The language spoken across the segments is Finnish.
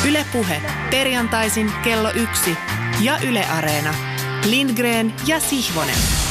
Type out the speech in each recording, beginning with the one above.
Yle Puhe. Perjantaisin kello 1 ja Yle Areena. Lindgren ja Sihvonen.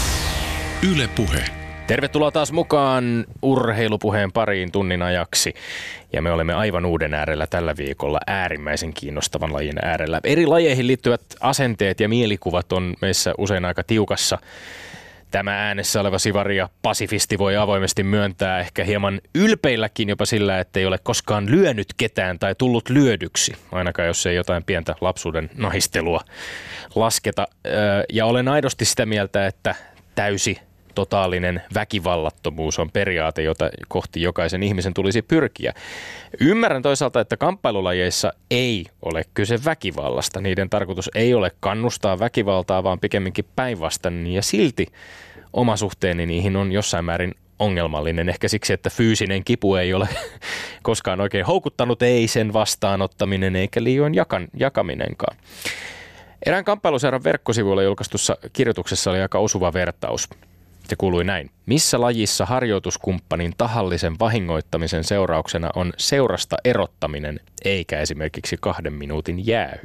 Yle Puhe. Tervetuloa taas mukaan urheilupuheen pariin tunnin ajaksi. Ja me olemme aivan uuden äärellä tällä viikolla, äärimmäisen kiinnostavan lajin äärellä. Eri lajeihin liittyvät asenteet ja mielikuvat on meissä usein aika tiukassa. Tämä äänessä oleva sivari ja pasifisti voi avoimesti myöntää ehkä hieman ylpeilläkin jopa sillä, ettei ole koskaan lyönyt ketään tai tullut lyödyksi. Ainakaan jos ei jotain pientä lapsuuden nahistelua lasketa. Ja olen aidosti sitä mieltä, että täysi totaalinen väkivallattomuus on periaate, jota kohti jokaisen ihmisen tulisi pyrkiä. Ymmärrän toisaalta, että kamppailulajeissa ei ole kyse väkivallasta. Niiden tarkoitus ei ole kannustaa väkivaltaa, vaan pikemminkin päinvastainen. Ja silti oma suhteeni niihin on jossain määrin ongelmallinen. Ehkä siksi, että fyysinen kipu ei ole koskaan oikein houkuttanut, ei sen vastaanottaminen eikä liioin jakaminenkaan. Erään kamppailuseuran verkkosivuilla julkaistussa kirjoituksessa oli aika osuva vertaus. Se kuului näin. Missä lajissa harjoituskumppanin tahallisen vahingoittamisen seurauksena on seurasta erottaminen, eikä esimerkiksi 2 minuutin jäähy?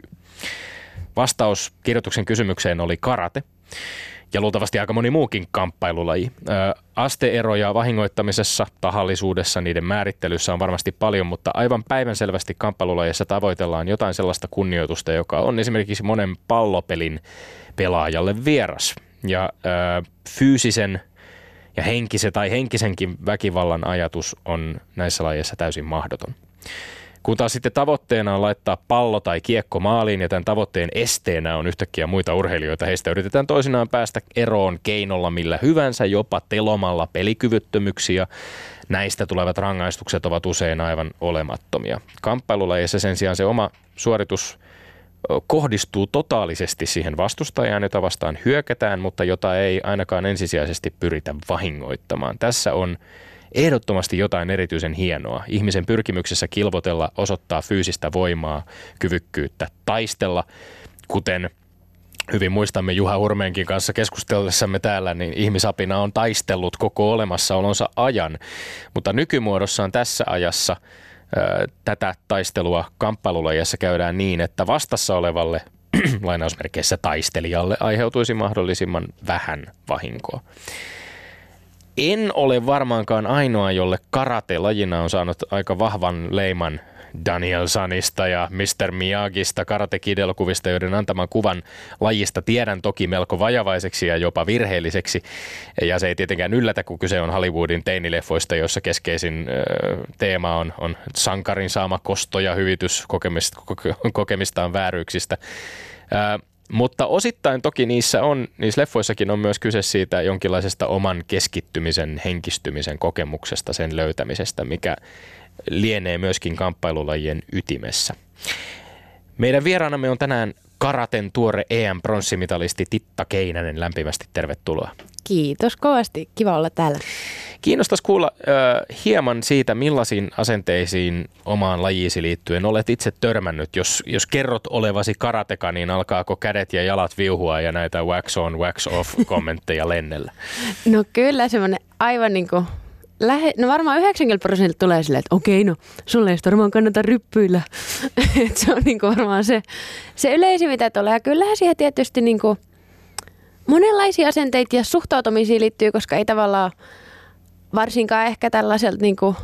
Vastaus kirjoituksen kysymykseen oli karate ja luultavasti aika moni muukin kamppailulaji. Asteeroja vahingoittamisessa, tahallisuudessa, niiden määrittelyssä on varmasti paljon, mutta aivan päivänselvästi kamppailulajissa tavoitellaan jotain sellaista kunnioitusta, joka on esimerkiksi monen pallopelin pelaajalle vieras. Ja fyysisen ja henkisenkin väkivallan ajatus on näissä lajeissa täysin mahdoton. Kun taas sitten tavoitteena on laittaa pallo tai kiekko maaliin ja tämän tavoitteen esteenä on yhtäkkiä muita urheilijoita, heistä yritetään toisinaan päästä eroon keinolla millä hyvänsä, jopa telomalla pelikyvyttömyyksiä. Näistä tulevat rangaistukset ovat usein aivan olemattomia. Kamppailulajeissa sen sijaan se oma suoritus kohdistuu totaalisesti siihen vastustajaan, jota vastaan hyökätään, mutta jota ei ainakaan ensisijaisesti pyritä vahingoittamaan. Tässä on ehdottomasti jotain erityisen hienoa. Ihmisen pyrkimyksessä kilvotella osoittaa fyysistä voimaa, kyvykkyyttä, taistella, kuten hyvin muistamme Juha Hurmeenkin kanssa keskustellessamme täällä, niin ihmisapina on taistellut koko olemassaolonsa ajan, mutta nykymuodossaan tässä ajassa tätä taistelua kamppailulajissa käydään niin, että vastassa olevalle lainausmerkeissä taistelijalle aiheutuisi mahdollisimman vähän vahinkoa. En ole varmaankaan ainoa, jolle karate lajina on saanut aika vahvan leiman Daniel-sanista ja Mr. Miyagista, Karate Kid-elokuvista, joiden antaman kuvan lajista tiedän toki melko vajavaiseksi ja jopa virheelliseksi. Ja se ei tietenkään yllätä, kun kyse on Hollywoodin teinileffoista, joissa keskeisin teema on sankarin saama kosto ja hyvitys kokemistaan vääryyksistä. Mutta osittain toki niissä leffoissakin on myös kyse siitä jonkinlaisesta oman keskittymisen, henkistymisen kokemuksesta, sen löytämisestä, mikä lienee myöskin kamppailulajien ytimessä. Meidän vieraanamme on tänään karaten tuore EM-pronssimitalisti Titta Keinänen. Lämpimästi tervetuloa. Kiitos kovasti. Kiva olla täällä. Kiinnostaisi kuulla hieman siitä, millaisiin asenteisiin omaan lajiisi liittyen olet itse törmännyt. Jos kerrot olevasi karateka, niin alkaako kädet ja jalat viuhua ja näitä wax on, wax off kommentteja lennellä? No kyllä semmoinen aivan niin kuin no varmaan 90% tulee silleen, että okei, no sulle ei varmaan kannata ryppyillä. Se on niin kuin varmaan se yleisin, mitä tulee. Ja kyllähän siihen tietysti niin kuin monenlaisia asenteita ja suhtautumisia liittyy, koska ei tavallaan varsinkaan ehkä tällaiselta niin kuin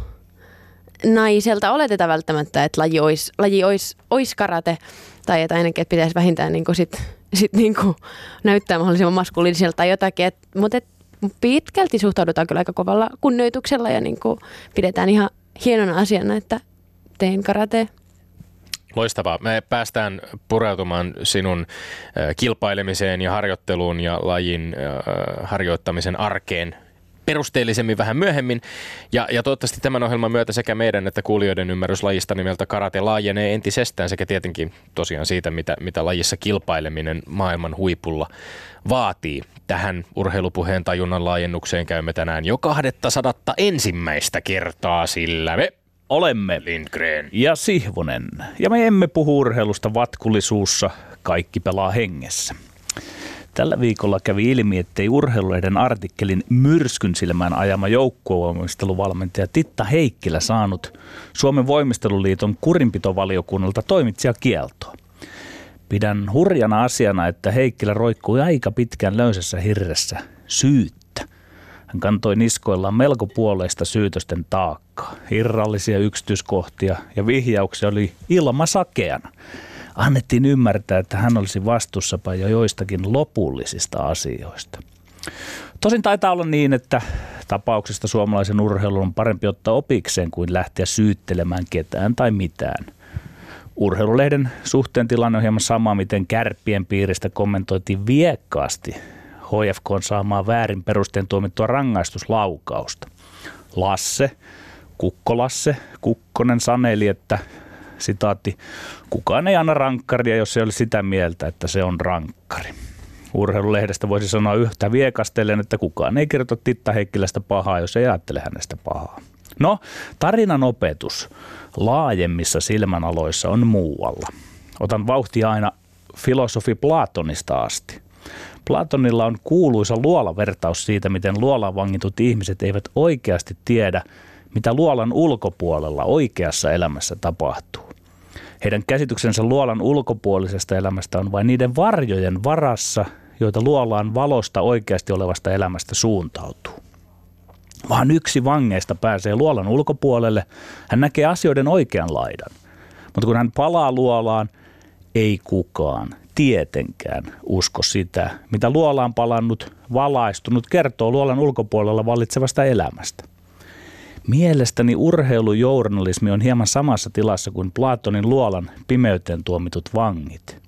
naiselta oleteta välttämättä, että laji olisi karate. Tai että ainakin, että pitäisi vähintään niin kuin sit niin kuin näyttää mahdollisimman maskuliiniselta tai jotakin. Mutta pitkälti suhtaudutaan kyllä aika kovalla kunnioituksella ja niin kuin pidetään ihan hienona asiana, että teen karatea. Loistavaa. Me päästään pureutumaan sinun kilpailemiseen ja harjoitteluun ja lajin harjoittamisen arkeen perusteellisemmin vähän myöhemmin. Ja toivottavasti tämän ohjelman myötä sekä meidän että kuulijoiden ymmärrys lajista nimeltä karate laajenee entisestään sekä tietenkin tosiaan siitä, mitä lajissa kilpaileminen maailman huipulla vaatii. Tähän urheilupuheen tajunnan laajennukseen käymme tänään jo 201. kertaa, sillä me olemme Lindgren ja Sihvonen. Ja me emme puhu urheilusta vatkullisuussa, kaikki pelaa hengessä. Tällä viikolla kävi ilmi, ettei Urheilulehden artikkelin myrskyn silmään ajama joukkuevoimisteluvalmentaja Titta Heikkilä saanut Suomen voimisteluliiton kurinpitovaliokunnalta toimitsijakieltoa. Pidän hurjana asiana, että Heikkilä roikkui aika pitkään löysässä hirressä syyttä. Hän kantoi niskoillaan melko puoleista syytösten taakkaa. Irrallisia yksityiskohtia ja vihjauksia oli ilmasakeana. Annettiin ymmärtää, että hän olisi vastuussapa jo joistakin lopullisista asioista. Tosin taitaa olla niin, että tapauksesta suomalaisen urheilun on parempi ottaa opikseen kuin lähteä syyttelemään ketään tai mitään. Urheilulehden suhteen tilanne on hieman sama, miten Kärppien piiristä kommentoitiin viekkaasti HFK:n saamaa väärin perusteen tuomittua rangaistuslaukausta. Kukkonen saneli, että sitaatti, kukaan ei anna rankkaria, jos ei ole sitä mieltä, että se on rankkari. Urheilulehdestä voisi sanoa yhtä viekastellen, että kukaan ei kirjoita Titta Heikkilästä pahaa, jos ei ajattele hänestä pahaa. No, tarinan opetus laajemmissa silmänaloissa on muualla. Otan vauhtia aina filosofi Platonista asti. Platonilla on kuuluisa luolavertaus siitä, miten luolaan vangitut ihmiset eivät oikeasti tiedä, mitä luolan ulkopuolella oikeassa elämässä tapahtuu. Heidän käsityksensä luolan ulkopuolisesta elämästä on vain niiden varjojen varassa, joita luolaan valosta oikeasti olevasta elämästä suuntautuu. Vaan yksi vangeista pääsee luolan ulkopuolelle, hän näkee asioiden oikean laidan. Mutta kun hän palaa luolaan, ei kukaan tietenkään usko sitä, mitä luolaan palannut, valaistunut kertoo luolan ulkopuolella vallitsevasta elämästä. Mielestäni urheilujournalismi on hieman samassa tilassa kuin Platonin luolan pimeyteen tuomitut vangit.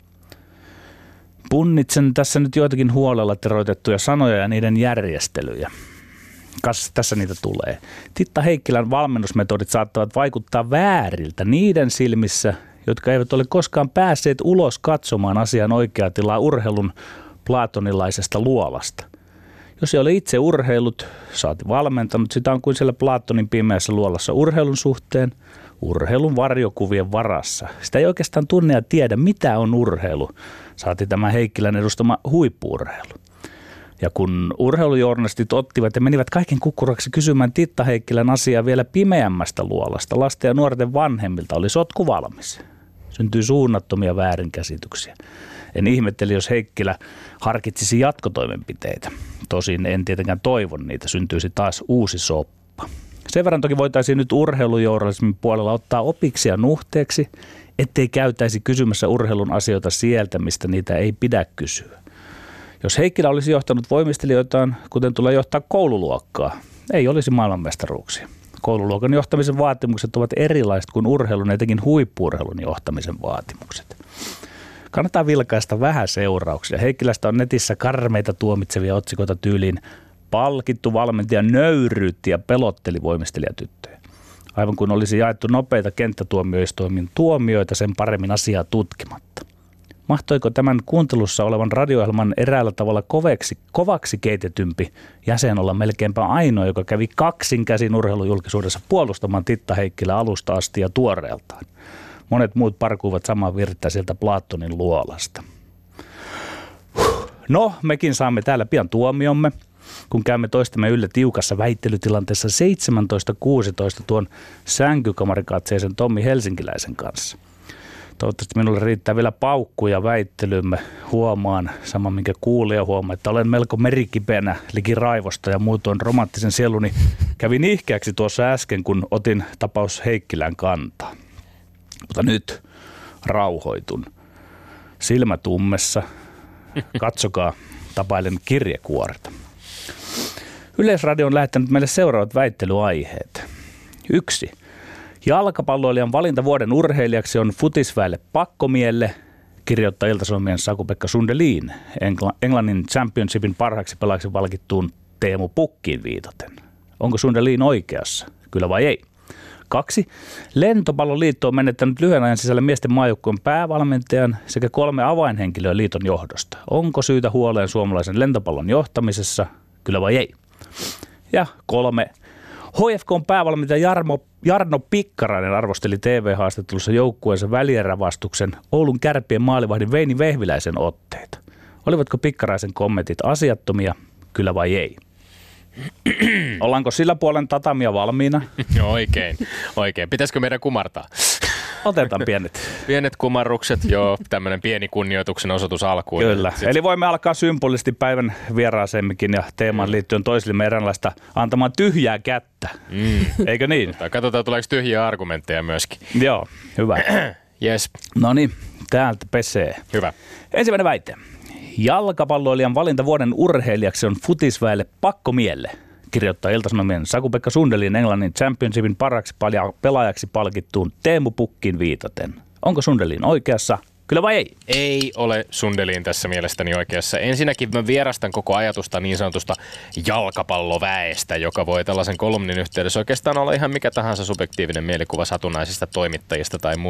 Punnitsen tässä nyt joitakin huolella teroitettuja sanoja ja niiden järjestelyjä. Tässä niitä tulee. Titta Heikkilän valmennusmetodit saattavat vaikuttaa vääriltä niiden silmissä, jotka eivät ole koskaan päässeet ulos katsomaan asian oikeaa tilaa urheilun platonilaisesta luolasta. Jos ei ole itse urheilut, saati valmentanut, sitä on kuin siellä Platonin pimeässä luolassa urheilun suhteen, urheilun varjokuvien varassa. Sitä ei oikeastaan tunne ja tiedä, mitä on urheilu, saati tämä Heikkilän edustama huippu-urheilu. Ja kun urheilujournalistit ottivat ja menivät kaiken kukkuraksi kysymään Titta Heikkilän asiaa vielä pimeämmästä luolasta, lasten ja nuorten vanhemmilta, oli sotku valmis. Syntyi suunnattomia väärinkäsityksiä. En ihmetteli, jos Heikkilä harkitsisi jatkotoimenpiteitä. Tosin en tietenkään toivon niitä, syntyisi taas uusi soppa. Sen verran toki voitaisiin nyt urheilujournalismin puolella ottaa opiksi ja nuhteeksi, ettei käytäisi kysymässä urheilun asioita sieltä, mistä niitä ei pidä kysyä. Jos Heikkilä olisi johtanut voimistelijoitaan, kuten tulee johtaa koululuokkaa, ei olisi maailmanmestaruuksia. Koululuokan johtamisen vaatimukset ovat erilaiset kuin urheilun, etenkin huippu-urheilun johtamisen vaatimukset. Kannattaa vilkaista vähän seurauksia. Heikkilästä on netissä karmeita tuomitsevia otsikoita tyyliin palkittu valmentaja nöyryytti ja pelotteli voimistelijatyttöjä. Aivan kuin olisi jaettu nopeita kenttätuomioistuimin tuomioita sen paremmin asiaa tutkimatta. Mahtoiko tämän kuuntelussa olevan radio-ohjelman eräällä tavalla kovaksi keitetympi jäsen olla melkeinpä ainoa, joka kävi kaksin käsin urheilujulkisuudessa puolustamaan Titta Heikkilä alusta asti ja tuoreeltaan? Monet muut parkuivat samaa virtaa sieltä Platonin luolasta. No, mekin saamme täällä pian tuomiomme, kun käymme toistemme yllä tiukassa väittelytilanteessa 17-16 tuon sänkykamarikatseisen Tommi Helsinkiläisen kanssa. Toivottavasti minulle riittää vielä paukkuja väittelymme. Huomaan, sama minkä kuulija huomaa, että olen melko merikipeänä liki raivosta ja muutoin romanttisen sieluni kävi nihkeäksi tuossa äsken, kun otin tapaus Heikkilän kantaa. Mutta nyt rauhoitun. Silmät ummessa. Katsokaa, tapailen kirjekuorta. Yleisradio on lähettänyt meille seuraavat väittelyaiheet. 1. Jalkapalloilijan valinta vuoden urheilijaksi on futisväelle pakkomielle, kirjoittaa Ilta-Sanomien Saku-Pekka Sundelin Englannin Championshipin parhaaksi pelaajaksi valkittuun Teemu Pukkiin viitaten. Onko Sundelin oikeassa? Kyllä vai ei? 2. Lentopalloliitto on menettänyt lyhyen ajan sisällä miesten maajoukkueen päävalmentajan sekä 3 avainhenkilöä liiton johdosta. Onko syytä huoleen suomalaisen lentopallon johtamisessa? Kyllä vai ei? Ja 3. HFK:n päävalmentaja Jarno Pikkarainen arvosteli TV-haastattelussa joukkueensa välierävastuksen Oulun Kärppien maalivahdin Veini Vehviläisen otteita. Olivatko Pikkaraisen kommentit asiattomia, kyllä vai ei? Ollaanko sillä puolen tatamia valmiina? Oikein. Pitäisikö meidän kumartaa? Otetaan pienet. Pienet kumarrukset, joo, tämmöinen pieni kunnioituksen osoitus alkuun. Kyllä, eli voimme alkaa symbolisesti päivän vieraasemmekin ja teemaan liittyen toisillemme eräänlaista antamaan tyhjää kättä. Eikö niin? Katsotaan, tuleeko tyhjiä argumentteja myöskin. Joo, hyvä. Yes. No niin, täältä pesee. Hyvä. Ensimmäinen väite. Jalkapalloilijan valinta vuoden urheilijaksi on futisväelle pakkomielle, kirjoittaa Ilta-Sanomien Saku-Pekka Sundelin Englannin Championshipin paraksi pelaajaksi palkittuun Teemu Pukkiin viitaten. Onko Sundelin oikeassa? Kyllä vai ei? Ei ole Sundelin tässä mielestäni oikeassa. Ensinnäkin mä vierastan koko ajatusta niin sanotusta jalkapalloväestä, joka voi tällaisen kolumnin yhteydessä oikeastaan olla ihan mikä tahansa subjektiivinen mielikuva satunnaisista toimittajista tai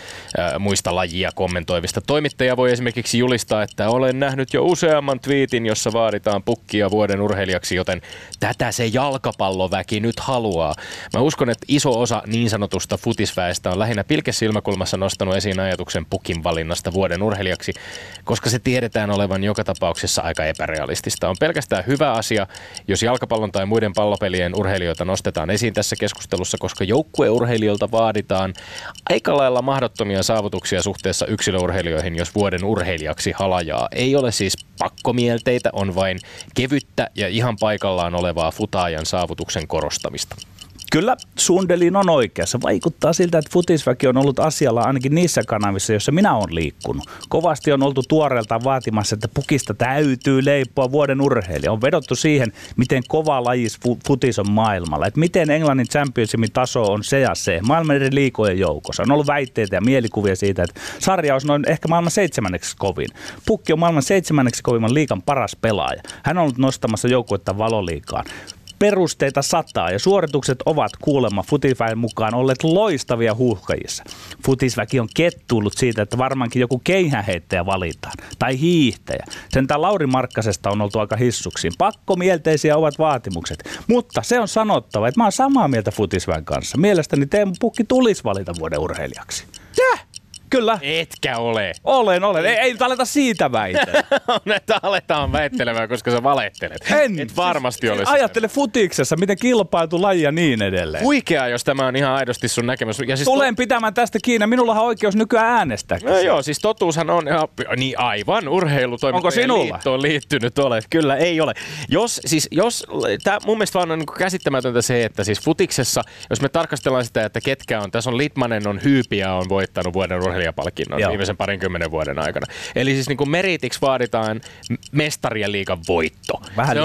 muista lajia kommentoivista. Toimittaja voi esimerkiksi julistaa, että olen nähnyt jo useamman twiitin, jossa vaaditaan Pukkia vuoden urheilijaksi, joten tätä se jalkapalloväki nyt haluaa. Mä uskon, että iso osa niin sanotusta futisväestä on lähinnä pilkesilmäkulmassa nostanut esiin ajatuksen Pukin valinnasta vuoden urheilijaksi, koska se tiedetään olevan joka tapauksessa aika epärealistista. On pelkästään hyvä asia, jos jalkapallon tai muiden pallopelien urheilijoita nostetaan esiin tässä keskustelussa, koska joukkueurheilijoilta vaaditaan aika lailla mahdottomia saavutuksia suhteessa yksilöurheilijoihin, jos vuoden urheilijaksi halajaa. Ei ole siis pakkomielteitä, on vain kevyttä ja ihan paikallaan olevaa futaajan saavutuksen korostamista. Kyllä, Sundelin on oikeassa. Vaikuttaa siltä, että futisväki on ollut asialla ainakin niissä kanavissa, joissa minä olen liikkunut. Kovasti on oltu tuoreeltaan vaatimassa, että Pukista täytyy leipoa vuoden urheilija. On vedottu siihen, miten kova lajis futis on maailmalla. Että miten Englannin Championshipin taso on se ja se. Maailman eri liigojen joukossa. On ollut väitteitä ja mielikuvia siitä, että sarja olisi noin ehkä maailman 7. kovin. Pukki on maailman 7. kovimman liigan paras pelaaja. Hän on ollut nostamassa joukkuetta Valoliigaan. Perusteita sataa ja suoritukset ovat kuulemma futisväen mukaan olleet loistavia huuhkajissa. Futisväki on kettuillut siitä, että varmaankin joku keihäheittäjä valitaan tai hiihtäjä. Sentään Lauri Markkasesta on oltu aika hissuksiin. Pakkomielteisiä ovat vaatimukset, mutta se on sanottava, että mä oon samaa mieltä futisväen kanssa. Mielestäni Teemu Pukki tulisi valita vuoden urheilijaksi. Kyllä. Etkä ole. Olen. Ei nyt aleta siitä väitellä. Näitä aletaan väittelemään, koska sä valehtelet. Et varmasti ole. Ajattele futiksessa, miten kilpailtu laji ja niin edelleen. Huikeaa, jos tämä on ihan aidosti sun näkemys. Ja siis tulen pitämään tästä kiinni. Minullahan on oikeus nykyään äänestää. No joo, siis totuushan on niin aivan urheilutoimittajan liittoon liittynyt olet. Kyllä, ei ole. Jos tää mun mielestä vaan on niin käsittämätöntä se, että siis futiksessa, jos me tarkastellaan sitä, että ketkä on, tässä on Litmanen, on Hyypiä, on voittanut vuoden urheilijapalkinnon viimeisen 20 vuoden aikana. Eli siis niin kuin meritiksi vaaditaan mestarien liigan voitto.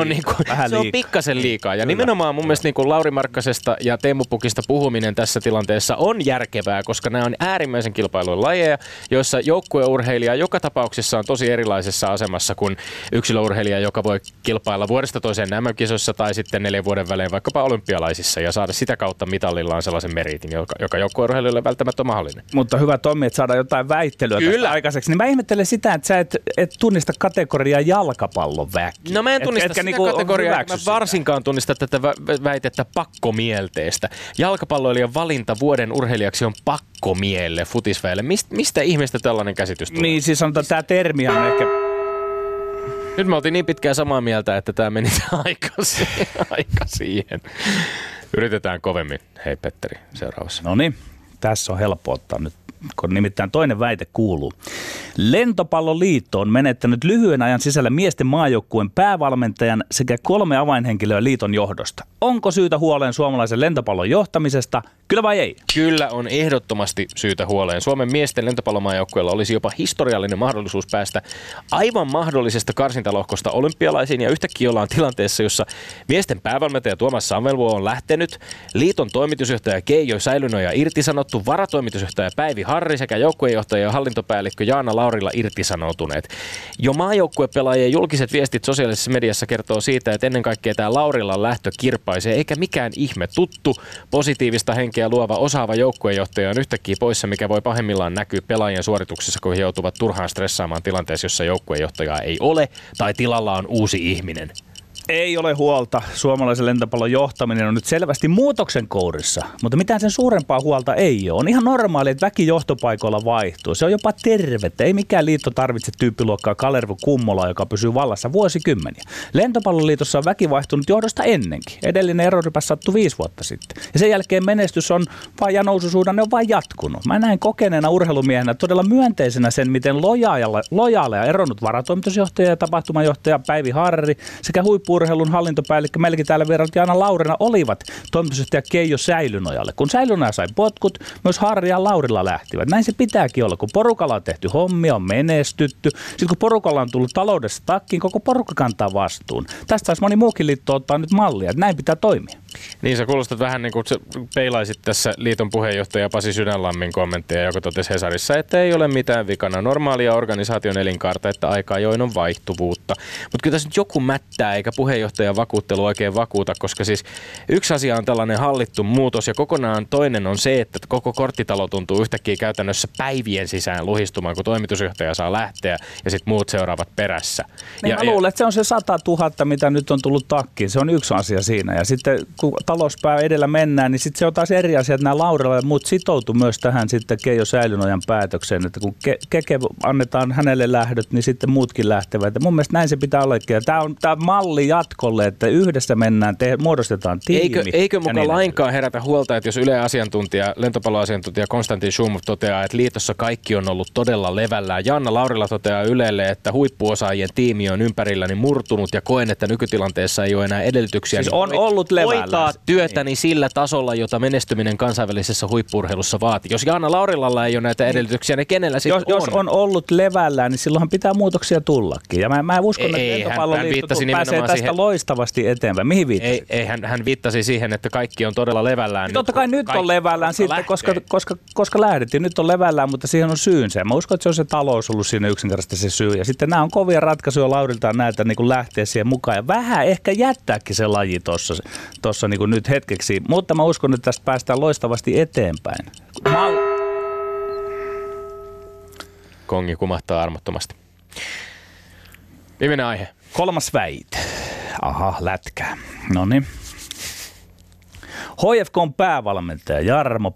Se on pikkasen liikaa. Ja nimenomaan mun mielestä niin kuin Lauri Markkasesta ja Teemu Pukista puhuminen tässä tilanteessa on järkevää, koska nämä on äärimmäisen kilpailun lajeja, joissa joukkueurheilija joka tapauksessa on tosi erilaisessa asemassa kuin yksilöurheilija, joka voi kilpailla vuodesta toiseen MM-kisoissa tai sitten 4 vuoden välein vaikkapa olympialaisissa ja saada sitä kautta mitallillaan sellaisen meritin, joka joukkueurheilijalle välttämättä on mahdollinen. Mutta hyvä Tommi, että saadaan jotain väittelyä tästä aikaiseksi. Niin mä ihmettelen sitä, että sä et tunnista kategoriaa jalkapallon väki. No mä en tunnista sitä kategoriaa, mä varsinkaan tunnista tätä väitettä pakkomielteestä. Jalkapalloilijan valinta vuoden urheilijaksi on pakkomielle futisväelle. Mistä ihmeestä tällainen käsitys tulee? Niin siis sanotaan, tämä termi on ehkä... Nyt me oltiin niin pitkään samaa mieltä, että tämä meni aika siihen. Yritetään kovemmin. Hei Petteri, seuraavassa. No niin, tässä on helppo ottaa nyt. Kun nimittäin toinen väite kuuluu. Lentopalloliitto on menettänyt lyhyen ajan sisällä miesten maajoukkueen päävalmentajan sekä 3 avainhenkilöä liiton johdosta. Onko syytä huoleen suomalaisen lentopallon johtamisesta? Kyllä vai ei? Kyllä on ehdottomasti syytä huoleen. Suomen miesten lentopallomaajoukkueella olisi jopa historiallinen mahdollisuus päästä aivan mahdollisesta karsintalohkosta olympialaisiin. Ja yhtäkkiä ollaan tilanteessa, jossa miesten päävalmentaja Tuomas Samvelvuo on lähtenyt. Liiton toimitusjohtaja Keijo Säilynoja ja irtisanottu. Varatoimitusjohtaja Päivi Harri sekä joukkuejohtaja ja hallintopäällikkö Jaana Laurila irtisanoutuneet. Jo maajoukkuepelaajien julkiset viestit sosiaalisessa mediassa kertoo siitä, että ennen kaikkea tämä Laurilan lähtö kirpaisee, eikä mikään ihme. Tuttu, positiivista henkeä luova, osaava joukkuejohtaja on yhtäkkiä poissa, mikä voi pahimmillaan näkyä pelaajien suorituksessa, kun he joutuvat turhaan stressaamaan tilanteessa, jossa joukkuejohtajaa ei ole tai tilalla on uusi ihminen. Ei ole huolta. Suomalaisen lentopallon johtaminen on nyt selvästi muutoksen kourissa, mutta mitään sen suurempaa huolta ei ole. On ihan normaali, että väki johtopaikoilla vaihtuu. Se on jopa tervettä. Ei mikään liitto tarvitse tyyppiluokkaa Kalervo Kummola, joka pysyy vallassa vuosikymmeniä. Lentopalloliitossa on väki vaihtunut johdosta ennenkin. Edellinen erorypäs sattui 5 vuotta sitten. Ja sen jälkeen menestys on vain ja noususuhdanne on vain jatkunut. Mä näen kokeneena urheilumiehenä todella myönteisenä sen, miten lojaaleja eronnut varatoimitusjohtaja ja tapahtumajohtaja Päivi Harri sekä huippu-urheilun hallintopäällikkö Melki täällä vierailut Jaana Laurina olivat toimitusjohtaja Keijo Säilynojalle. Kun Säilynoja sai potkut, myös Harri ja Laurila lähtivät. Näin se pitääkin olla, kun porukalla on tehty hommia, on menestytty. Sitten kun porukalla on tullut taloudessa takkiin, koko porukka kantaa vastuun. Tästä saisi moni muukin liitto ottaa nyt mallia, että näin pitää toimia. Niin sä kuulostat vähän niin kuin peilaisit tässä liiton puheenjohtaja Pasi Sydänlammin kommentteja, joka totesi Hesarissa, että ei ole mitään vikana. Normaalia organisaation elinkaarta, että aika ajoin on vaihtuvuutta. Mutta kyllä tässä nyt joku mättää, eikä puheenjohtajan vakuuttelu oikein vakuuta, koska siis yksi asia on tällainen hallittu muutos ja kokonaan toinen on se, että koko korttitalo tuntuu yhtäkkiä käytännössä päivien sisään luhistumaan, kun toimitusjohtaja saa lähteä ja sitten muut seuraavat perässä. Niin mä luulen, että se on se 100 000, mitä nyt on tullut takkiin. Se on yksi asia siinä ja sitten kun talouspää edellä mennään, niin sitten se on taas eri asia, että nämä Laurila ja muut sitoutu myös tähän sitten Keijo Säilynojan päätökseen, että kun Keke annetaan hänelle lähdöt, niin sitten muutkin lähtevät. Ja mun mielestä näin se pitää ollakin. Ja tämä on tämä malli jatkolle, että yhdessä mennään, muodostetaan tiimi. Eikö mukaan lainkaan herätä huolta, että jos lentopalloasiantuntija Konstantin Schumov toteaa, että liitossa kaikki on ollut todella levällään. Janna Laurila toteaa Ylelle, että huippuosaajien tiimi on ympärilläni murtunut ja koen, että nykytilanteessa ei ole enää edellytyksiä. Siis on ollut levällään. Työtäni sillä tasolla, jota menestyminen kansainvälisessä huippu-urheilussa vaatii. Jos Jaana Laurilalla ei ole näitä edellytyksiä, niin kenellä sitten on? Jos on ollut levällään, niin silloinhan pitää muutoksia tullakin. Ja mä uskon, että lentopalloliitto pääsee tästä loistavasti eteenpäin. Mihin viittasit? Hän viittasi siihen, että kaikki on todella levällään. Niin totta kai nyt on levällään sitten, koska lähdettiin. Nyt on levällään, mutta siihen on syynsä. Mä uskon, että se on se talous ollut siinä yksinkertaisesti se syy. Ja sitten nämä on kovia ratkaisuja Lauriltaan näitä niin kuin lähteä siihen mukaan. Ja vähän ehkä jättääkin se laji tuossa niin kuin nyt hetkeksi, mutta mä uskon, että tästä päästään loistavasti eteenpäin. Kongi kumahtaa armottomasti. Viimeinen aihe. 3. väite. Aha, lätkää. Noniin. HFK:n päävalmentaja Jarno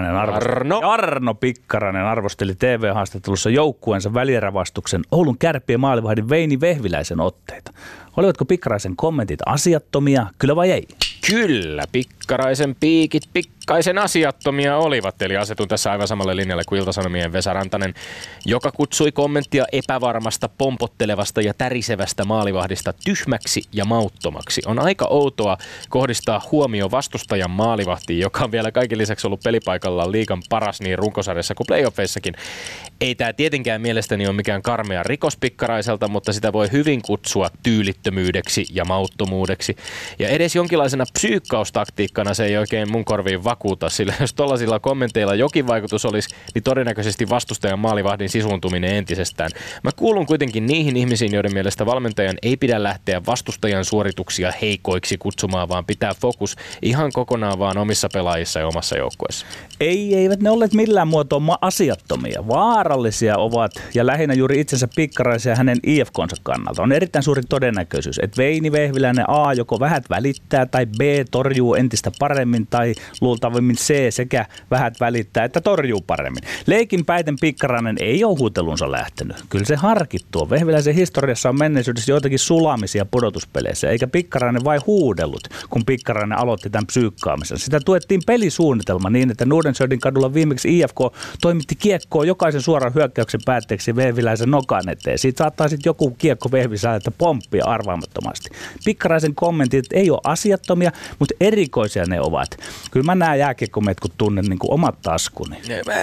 Pikkarainen arvosteli TV-haastattelussa joukkueensa välierävastuksen Oulun Kärppien maalivahdin Veini Vehviläisen otteita. Olivatko Pikkaraisen kommentit asiattomia, kyllä vai ei? Kyllä, Pikkaraisen piikit pikkaisen asiattomia olivat, eli asetun tässä aivan samalle linjalle kuin Ilta-Sanomien Vesa Rantanen, joka kutsui kommenttia epävarmasta, pompottelevasta ja tärisevästä maalivahdista tyhmäksi ja mauttomaksi. On aika outoa kohdistaa huomio vastustajan maalivahtiin, joka on vielä kaiken lisäksi ollut pelipaikallaan liigan paras niin runkosarjassa kuin playoffeissakin. Ei tämä tietenkään mielestäni ole mikään karmea rikos Pikkaraiselta, mutta sitä voi hyvin kutsua tyylittömyydeksi ja mauttomuudeksi. Ja edes jonkinlaisena psyykkaustaktiikkana se ei oikein mun korviin vakuuta, sillä jos tollaisilla kommenteilla jokin vaikutus olisi, niin todennäköisesti vastustajan maalivahdin sisuuntuminen entisestään. Mä kuulun kuitenkin niihin ihmisiin, joiden mielestä valmentajan ei pidä lähteä vastustajan suorituksia heikoiksi kutsumaan, vaan pitää fokus ihan kokonaan vaan omissa pelaajissa ja omassa joukkueessa. Eivät ne olleet millään muotoa asiattomia. Vaarallisia ovat ja lähinnä juuri itsensä Pikkaraisen ja hänen IFK:nsa kannalta. On erittäin suuri todennäköisyys, että Veini Vehviläinen A joko vähät välittää tai B torjuu entistä paremmin tai luultavimmin C sekä vähät välittää että torjuu paremmin. Leikin päiten Pikkarainen ei ole huutelunsa lähtenyt. Kyllä se harkittuu. Vehviläisen historiassa on menneisyydessä joitakin sulamisia pudotuspeleissä, eikä Pikkarainen vain huudellut, kun Pikkarainen aloitti tämän psyykkaamisen. Sitä tuettiin pelisuunnitelma niin, että Nordensöldin kadulla viimeksi IFK toimitti kiekkoa jokaisen suoran hyökkäyksen päätteeksi Vehviläisen nokan eteen. Siitä saattaa sitten joku kiekko Vehviläiseltä pomppia arvaamattomasti. Pikkaraisen kommentit ei ole asiattomia, mutta erikoisia ne ovat. Kyllä mä näen jääkiekkometkut tunnen niin kuin omat taskuni.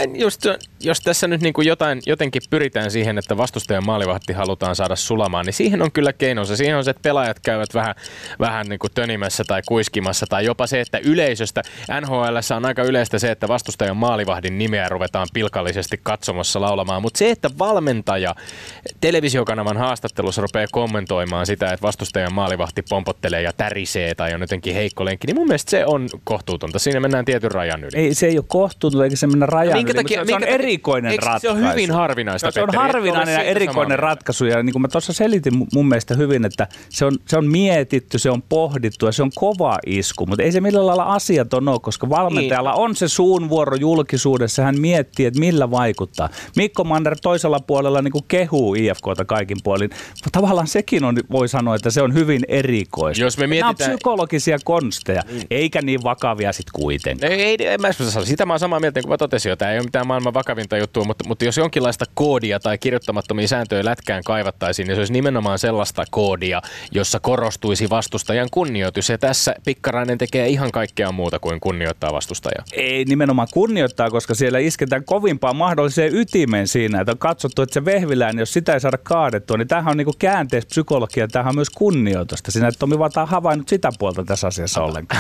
Jos tässä nyt niin kuin jotenkin pyritään siihen, että vastustajan maalivahti halutaan saada sulamaan, niin siihen on kyllä keinonsa. Siihen on se, että pelaajat käyvät vähän niin kuin tönimässä tai kuiskimassa, tai jopa se, että yleisöstä NHL:ssä on aika yleistä se, että vastustajan maalivahdin nimeä ruvetaan pilkallisesti katsomassa laulamaan, mutta se, että valmentaja televisiokanavan haastattelussa rupeaa kommentoimaan sitä, että vastustajan maalivahti pompottelee ja tärisee tai on jotenkin heikko lenkki, niin mun mielestä se on kohtuutonta. Siinä mennään tietyn rajan yli. Ei, se ei ole kohtuutonta, eikä se mennä rajan yli, mutta se on erikoinen ratkaisu. Se on hyvin harvinaista, Se on harvinainen ja erikoinen ratkaisu. Ja niin kuin mä tuossa selitin mun mielestä hyvin, että se on mietitty, se on pohdittu ja se on kova isku. Mutta ei se millään lailla asiaton ole, koska valmentajalla on se suunvuoro julkisuudessa. Hän miettii, että millä vaikuttaa. Mikko Manner toisella puolella niin kuin kehuu IFK:ta kaikin puolin. Mutta tavallaan sekin voi sanoa, että se on hyvin erikoista. Jos me mietitään... Nämä on psykologisia konsteja, eikä niin vakavia sitten kuitenkaan. Sitä mä oon samaa mieltä, kun mä totesin jo. Tämä ei ole mitään maailman vakavinta juttua, mutta jos jonkinlaista koodia tai kirjoittamattomia sääntöjä lätkään kaivattaisiin, niin se olisi nimenomaan sellaista koodia, jossa korostuisi vastustajan kunnioitus. Ja tässä Pikkarainen tekee ihan kaikkea muuta kuin kunnioittaa vastustajaa. Ei nimenomaan kunnioittaa, koska siellä isketään kovimpaan mahdolliseen ytimeen siinä. Että on katsottu, että se Vehviläinen, jos sitä ei saada kaadettua, niin tämähän on niin käänteistä psykologia, tämähän on myös kunnioitusta. Siinä et Tomi Vata havainnut sitä puolta tässä asiassa ollenkaan.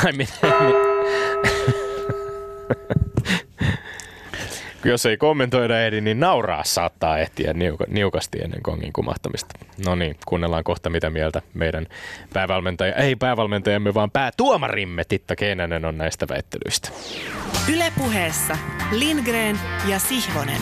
Jos ei kommentoida ehdi, niin nauraa saattaa ehtiä niukasti ennen kongin kumahtamista. No niin, kuunnellaan kohta mitä mieltä meidän päävalmentajamme, vaan päätuomarimme Titta Keinänen on näistä väittelyistä. Yle Puheessa Lindgren ja Sihvonen.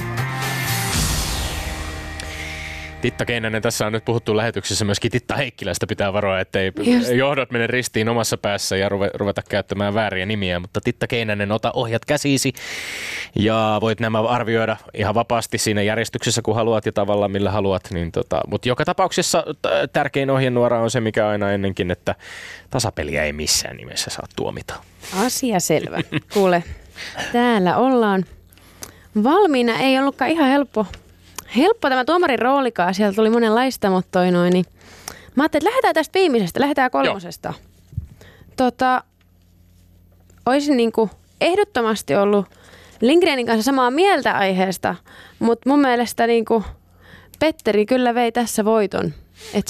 Titta Keinänen, tässä on nyt puhuttu lähetyksessä myöskin Titta Heikkilästä, pitää varoa, ettei johdot mene ristiin omassa päässä ja ruveta käyttämään vääriä nimiä, mutta Titta Keinänen, ota ohjat käsiisi ja voit nämä arvioida ihan vapaasti siinä järjestyksessä, kun haluat ja tavalla millä haluat, niin mutta joka tapauksessa tärkein ohjenuora on se, mikä aina ennenkin, että tasapeliä ei missään nimessä saa tuomita. Asia selvä. Kuule, täällä ollaan valmiina, ei ollutkaan ihan helppo tämä tuomarin roolikaan, sieltä tuli monenlaista, mutta niin mä ajattelin, että lähdetään tästä viimeisestä, lähdetään kolmosesta. Olisin niinku ehdottomasti ollut Lindgrenin kanssa samaa mieltä aiheesta, mutta mun mielestä niinku Petteri kyllä vei tässä voiton. Että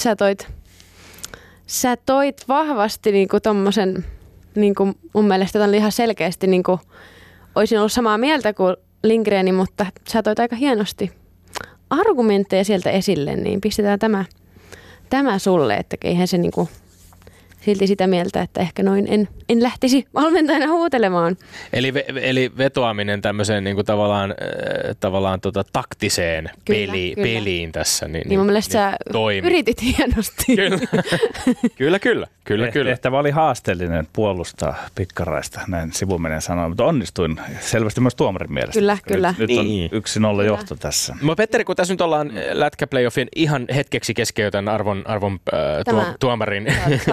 sä toit vahvasti niinku tommosen, niinku mun mielestä ton oli ihan selkeästi niinku, olisin ollut samaa mieltä kuin Lindgreni, mutta sä toit aika hienosti argumentteja sieltä esille, niin pistetään tämä sulle, että eihän se niinku silti sitä mieltä, että ehkä noin en lähtisi valmentajana huutelemaan. Eli vetoaminen tämmöiseen niinku tavallaan taktiseen peliin tässä. Niin mun mielestä sä yritit hienosti. Kyllä. Tehtävä oli haasteellinen puolustaa Pikkaraista, näin sivuminen sanoi, mutta onnistuin selvästi myös tuomarin mielestä. Kyllä. Nyt on 1-0 johto tässä. Petteri, kun tässä nyt ollaan lätkäplayoffin ihan hetkeksi keskeytän arvon tuomarin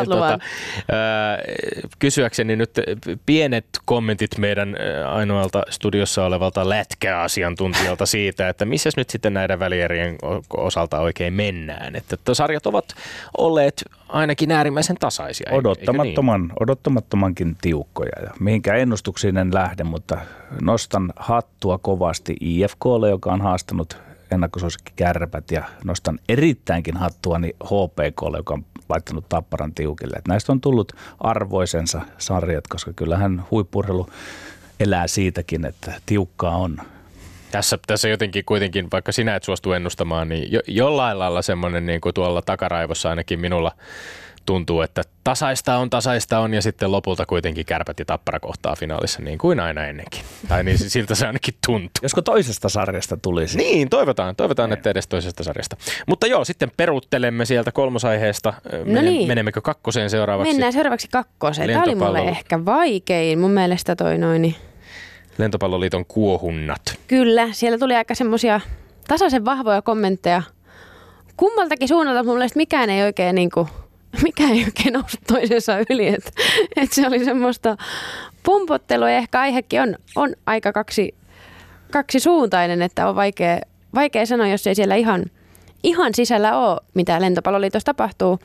kysyäkseni nyt pienet kommentit meidän ainoalta studiossa olevalta lätkäasiantuntijalta siitä, että missä nyt sitten näiden välierien osalta oikein mennään. Että sarjat ovat olleet ainakin äärimmäisen tasaisia. Odottamattomankin tiukkoja. Ja mihinkään ennustuksiin en lähde, mutta nostan hattua kovasti IFK:lle, joka on haastanut ennakkosuosikki Kärpät, ja nostan erittäinkin hattuani HPK:lle, joka on laittanut Tapparan tiukille. Et näistä on tullut arvoisensa sarjat, koska kyllähän huippu-urheilu elää siitäkin, että tiukkaa on. Tässä jotenkin kuitenkin, vaikka sinä et suostu ennustamaan, niin jollain lailla semmoinen niin kuin tuolla takaraivossa ainakin minulla tuntuu, että tasaista on ja sitten lopulta kuitenkin Kärpät ja Tappara kohtaa finaalissa niin kuin aina ennenkin. Tai niin siltä se ainakin tuntuu. Josko toisesta sarjasta tulisi? Niin, toivotaan että edes toisesta sarjasta. Mutta joo, sitten peruuttelemme sieltä kolmosaiheesta. Menemmekö kakkoseen seuraavaksi? Mennään seuraavaksi kakkoseen. Tämä oli mulle ehkä vaikein mun mielestä toi noin. Lentopalloliiton kuohunnat. Kyllä, siellä tuli aika semmoisia tasaisen vahvoja kommentteja. Kummaltakin suunnalta mun mielestä mikään ei oikein noussut toisensa yli. Että se oli semmoista pumpottelua ja ehkä aihekin on aika kaksisuuntainen, että on vaikea sanoa, jos ei siellä ihan sisällä ole, mitä Lentopalloliitossa tapahtuu.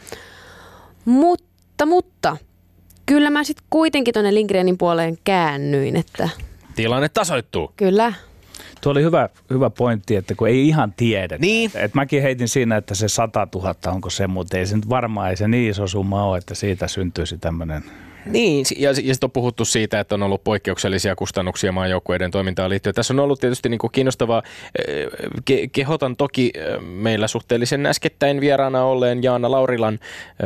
Mutta kyllä mä sitten kuitenkin tuonne Lindgrenin puoleen käännyin, että tilanne tasoittuu. Kyllä. Tuo oli hyvä pointti, että kun ei ihan tiedetä. Niin. Et mäkin heitin siinä, että se 100 000 onko se, mutta ei se nyt varmaan ei se niin iso summa ole, että siitä syntyisi tämmöinen Niin, ja sitten on puhuttu siitä, että on ollut poikkeuksellisia kustannuksia maajoukkueiden toimintaan liittyen. Tässä on ollut tietysti niin kuin kiinnostavaa. Kehotan toki meillä suhteellisen äskettäin vieraana olleen Jaana Laurilan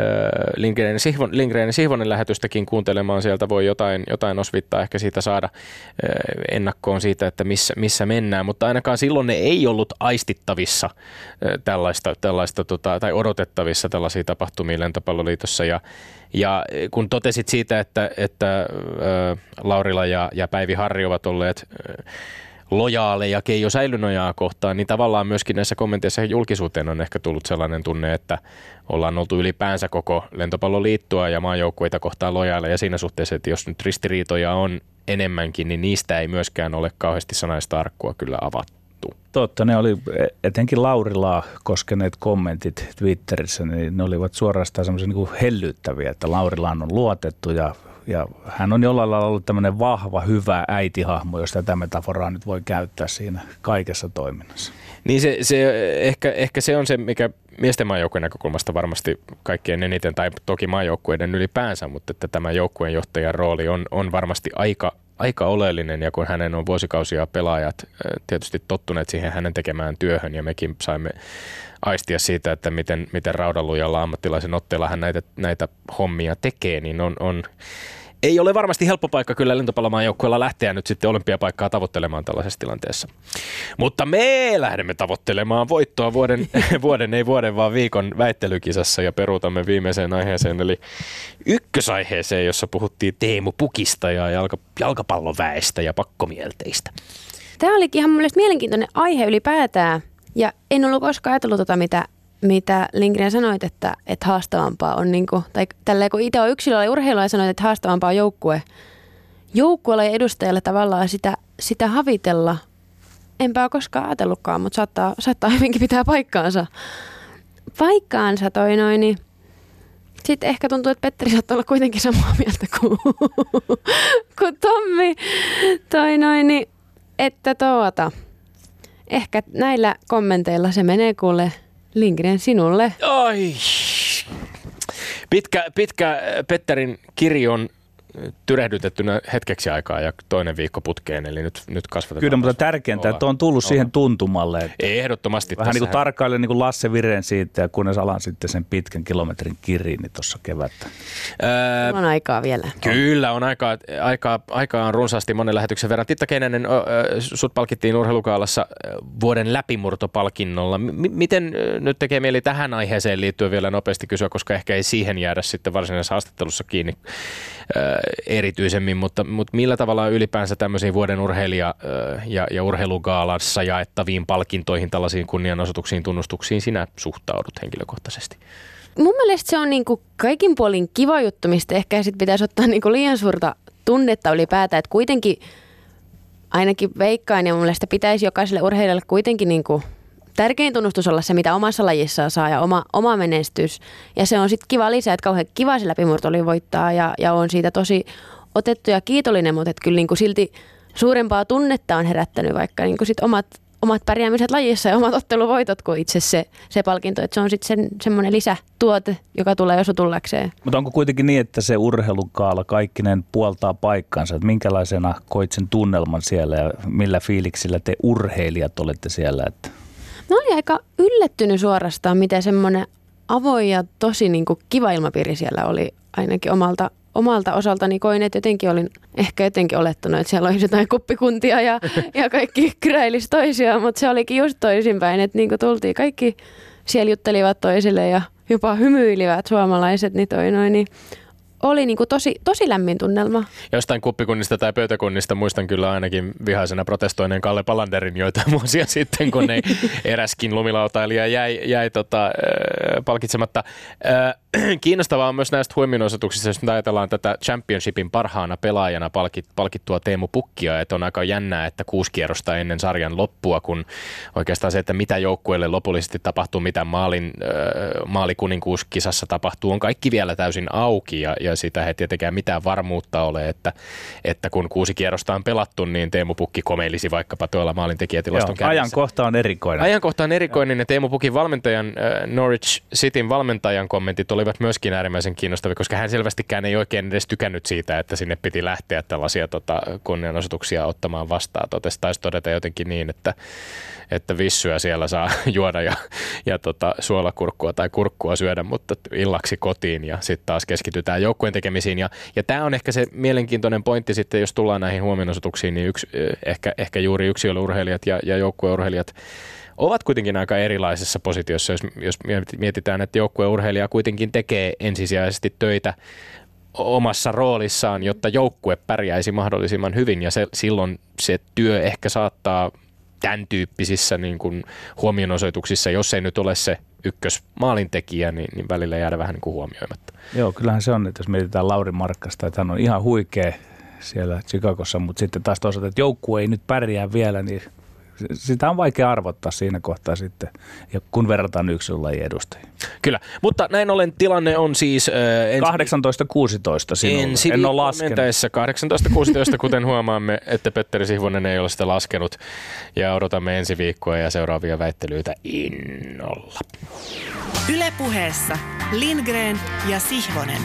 Lindgren Sihvonen lähetystäkin kuuntelemaan. Sieltä voi jotain osvittaa ehkä siitä saada ennakkoon siitä, että missä mennään, mutta ainakaan silloin ne ei ollut aistittavissa tällaista tai odotettavissa tällaisia tapahtumia Lentopalloliitossa. Ja kun totesit siitä, että Laurila ja Päivi Harri ovat olleet lojaaleja Keijo Säilynojaa kohtaan, niin tavallaan myöskin näissä kommenteissa julkisuuteen on ehkä tullut sellainen tunne, että ollaan oltu ylipäänsä koko Lentopalloliittoa ja maajoukkueita kohtaan lojaaleja siinä suhteessa, että jos nyt ristiriitoja on enemmänkin, niin niistä ei myöskään ole kauheasti sanaista arkkua kyllä avattu. Totta, ne oli etenkin Laurilaa koskeneet kommentit Twitterissä, niin ne olivat suorastaan semmoisia niin kuin hellyyttäviä, että Laurilaan on luotettu ja hän on jollain lailla ollut tämmöinen vahva, hyvä äitihahmo, jos tätä metaforaa nyt voi käyttää siinä kaikessa toiminnassa. Niin ehkä se on se, mikä miesten maajoukkueen näkökulmasta varmasti kaikkein eniten, tai toki maajoukkueiden ylipäänsä, mutta että tämä joukkueen johtajan rooli on varmasti aika oleellinen, ja kun hänen on vuosikausia pelaajat tietysti tottuneet siihen hänen tekemään työhön, ja mekin saimme aistia siitä, että miten raudanlujalla ammattilaisen otteella hän näitä hommia tekee, niin ei ole varmasti helppo paikka kyllä lentopallomaajoukkueella lähteä nyt sitten olympiapaikkaa tavoittelemaan tällaisessa tilanteessa. Mutta me lähdemme tavoittelemaan voittoa vuoden vaan viikon väittelykisassa ja peruutamme viimeiseen aiheeseen, eli ykkösaiheeseen, jossa puhuttiin Teemu Pukista ja jalkapalloväestä ja pakkomielteistä. Tämä olikin ihan mielestäni mielenkiintoinen aihe ylipäätään. Ja en ollut koskaan ajatellut mitä Lindgren sanoit, että haastavampaa on, tai tälleen kun itse on yksilöllä ja urheilua ja sanoit, että haastavampaa on joukkueella ja edustajalle tavallaan sitä havitella. Enpä ole koskaan ajatellutkaan, mutta saattaa hyvinkin pitää paikkaansa niin. Sitten ehkä tuntuu, että Petteri saattaa olla kuitenkin samaa mieltä kuin Tommi. Niin, että ehkä näillä kommenteilla se menee kuule Lindgren sinulle. Ai. Pitkä Petterin kirjo on tyrehdytettynä hetkeksi aikaa ja toinen viikko putkeen, eli nyt kasvatetaan. Kyllä, mutta tärkeintä, että on tullut siihen tuntumalle. Että ehdottomasti. vähän niin kuin tarkkailen niin kuin Lasse Viren siitä, ja kunnes alan sitten sen pitkän kilometrin kiriin niin tuossa kevättä. On aikaa vielä. Kyllä, on aikaa on runsaasti monen lähetyksen verran. Titta Keinänen, sut palkittiin Urheilukaalassa vuoden läpimurtopalkinnolla. Miten nyt tekee mieli tähän aiheeseen liittyen vielä nopeasti kysyä, koska ehkä ei siihen jäädä sitten varsinaisessa haastattelussa kiinni erityisemmin, mutta millä tavalla ylipäänsä tämmöisiin vuoden urheilija- ja urheilugaalassa jaettaviin palkintoihin, tällaisiin kunnianosoituksiin, tunnustuksiin sinä suhtaudut henkilökohtaisesti? Mun mielestä se on niinku kaikin puolin kiva juttu, mistä ehkä sit pitäisi ottaa niinku liian suurta tunnetta ylipäätään, että kuitenkin ainakin veikkaan ja mun mielestä pitäisi jokaiselle urheilijalle kuitenkin niinku tärkein tunnustus olla se, mitä omassa lajissaan saa ja oma menestys. Ja se on sitten kiva lisää, että kauhean kiva se läpimurto oli voittaa ja on siitä tosi otettu ja kiitollinen, mutta kyllä niin kuin silti suurempaa tunnetta on herättänyt vaikka niin kuin sit omat pärjäämiset lajissa ja omat otteluvoitot kuin itse se palkinto. Että se on sitten semmoinen lisätuote, joka tulee jos tullakseen. Mutta onko kuitenkin niin, että se urheilukaala kaikkinen puoltaa paikkansa? Että minkälaisena koit sen tunnelman siellä ja millä fiiliksillä te urheilijat olette siellä? Että mä olin aika yllättynyt suorastaan, miten semmoinen avoin ja tosi niin kuin kiva ilmapiiri siellä oli ainakin omalta osaltani. Koin, että olin ehkä jotenkin olettanut, että siellä olisi jotain kuppikuntia ja kaikki kyräilisi toisiaan, mutta se olikin just toisinpäin, että niin kuin tultiin kaikki siellä juttelivat toisille ja jopa hymyilivät suomalaiset, niin oli niin kuin tosi lämmin tunnelma. Jostain kuppikunnista tai pöytäkunnista muistan kyllä ainakin vihaisena protestoineen Kalle Palanderin joitain vuosia sitten, kun eräskin lumilautailija jäi palkitsematta. Kiinnostavaa on myös näistä huomionosoituksista, jos nyt ajatellaan tätä Championshipin parhaana pelaajana palkittua Teemu Pukkia, että on aika jännää, että 6 kierrosta ennen sarjan loppua, kun oikeastaan se, että mitä joukkueelle lopullisesti tapahtuu, mitä maalikuninkuuskisassa tapahtuu, on kaikki vielä täysin auki ja ja siitä ei tietenkään mitään varmuutta ole, että kun 6 kierrosta on pelattu, niin Teemu Pukki komeilisi vaikkapa tuolla maalintekijätilaston kärjessä. Ajankohta on erikoinen. Ajankohta on erikoinen ja Teemu Pukin valmentajan, Norwich Cityn valmentajan kommentit olivat myöskin äärimmäisen kiinnostavia, koska hän selvästikään ei oikein edes tykännyt siitä, että sinne piti lähteä tällaisia kunnianosoituksia ottamaan vastaan. Taisi todeta jotenkin niin, että vissyä siellä saa juoda ja suolakurkkua tai kurkkua syödä, mutta illaksi kotiin ja sitten taas keskitytään joukkueen tekemisiin. Ja tämä on ehkä se mielenkiintoinen pointti sitten, jos tullaan näihin huomionosoituksiin, niin ehkä juuri yksilöurheilijat ja joukkueurheilijat ovat kuitenkin aika erilaisessa positiossa, jos mietitään, että joukkueurheilija kuitenkin tekee ensisijaisesti töitä omassa roolissaan, jotta joukkue pärjäisi mahdollisimman hyvin ja silloin se työ ehkä saattaa tämän tyyppisissä niin kuin huomionosoituksissa, jos ei nyt ole se ykkösmaalintekijä, niin välillä jäädä vähän niin kuin huomioimatta. Joo, kyllähän se on, että jos mietitään Lauri Markkasta, että hän on ihan huikea siellä Chicagossa, mutta sitten taas toisaalta, että joukkue ei nyt pärjää vielä, niin sitä on vaikea arvottaa siinä kohtaa sitten, ja kun verrataan yksilölajien edustajia. Kyllä, mutta näin ollen tilanne on siis 18-16 sinulle. En ole laskenut. 18-16, kuten huomaamme, että Petteri Sihvonen ei ole sitä laskenut, ja odotamme ensi viikkoa ja seuraavia väittelyitä innolla. Yle Puheessa Lindgren ja Sihvonen.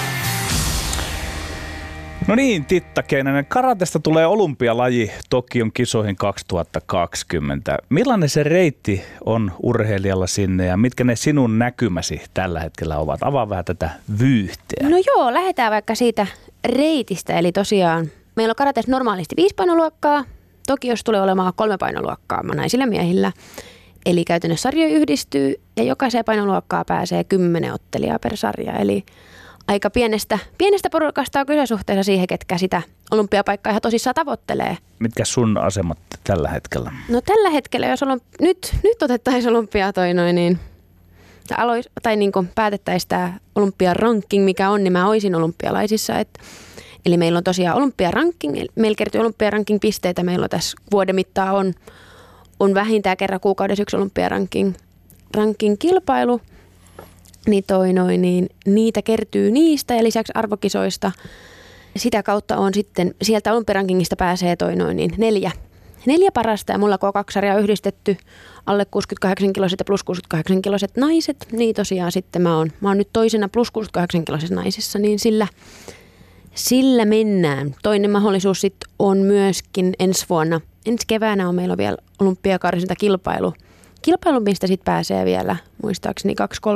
No niin, Titta Keinänen. Karatesta tulee olympialaji Tokion kisoihin 2020. Millainen se reitti on urheilijalla sinne ja mitkä ne sinun näkymäsi tällä hetkellä ovat? Avaa vähän tätä vyyhteä. No joo, lähdetään vaikka siitä reitistä. Eli tosiaan meillä on karatessa normaalisti 5 painoluokkaa. Tokiossa tulee olemaan 3 painoluokkaa naisilla ja miehillä. Eli käytännössä sarjoja yhdistyy ja jokaiseen painoluokkaa pääsee 10 ottelijaa per sarja. Eli aika pienestä porukasta on kyse suhteessa siihen, ketkä sitä olympiapaikkaa ihan tosissaan tavoittelee. Mitkä sun asemat tällä hetkellä? No tällä hetkellä, jos nyt otettaisiin niin kuin päätettäisiin tämä olympiaranking, mikä on, niin mä olisin olympialaisissa. Eli meillä on tosiaan olympiaranking, meillä kertyy olympiaranking-pisteitä, meillä on tässä vuoden mittaan on vähintään kerran kuukaudessa yksi olympiaranking-kilpailu. Niin niitä kertyy niistä ja lisäksi arvokisoista. Sitä kautta on sitten, sieltä olympiarankingista pääsee 4 parasta ja mulla kun on 2 sarjaa yhdistetty, alle 68-kiloiset ja plus 68-kiloiset naiset, niin tosiaan sitten mä oon nyt toisena plus 68-kiloisessa naisissa, niin sillä mennään. Toinen mahdollisuus sitten on myöskin ensi keväänä meillä vielä olympiakarsintakilpailu. Kilpailu, mistä sitten pääsee vielä muistaakseni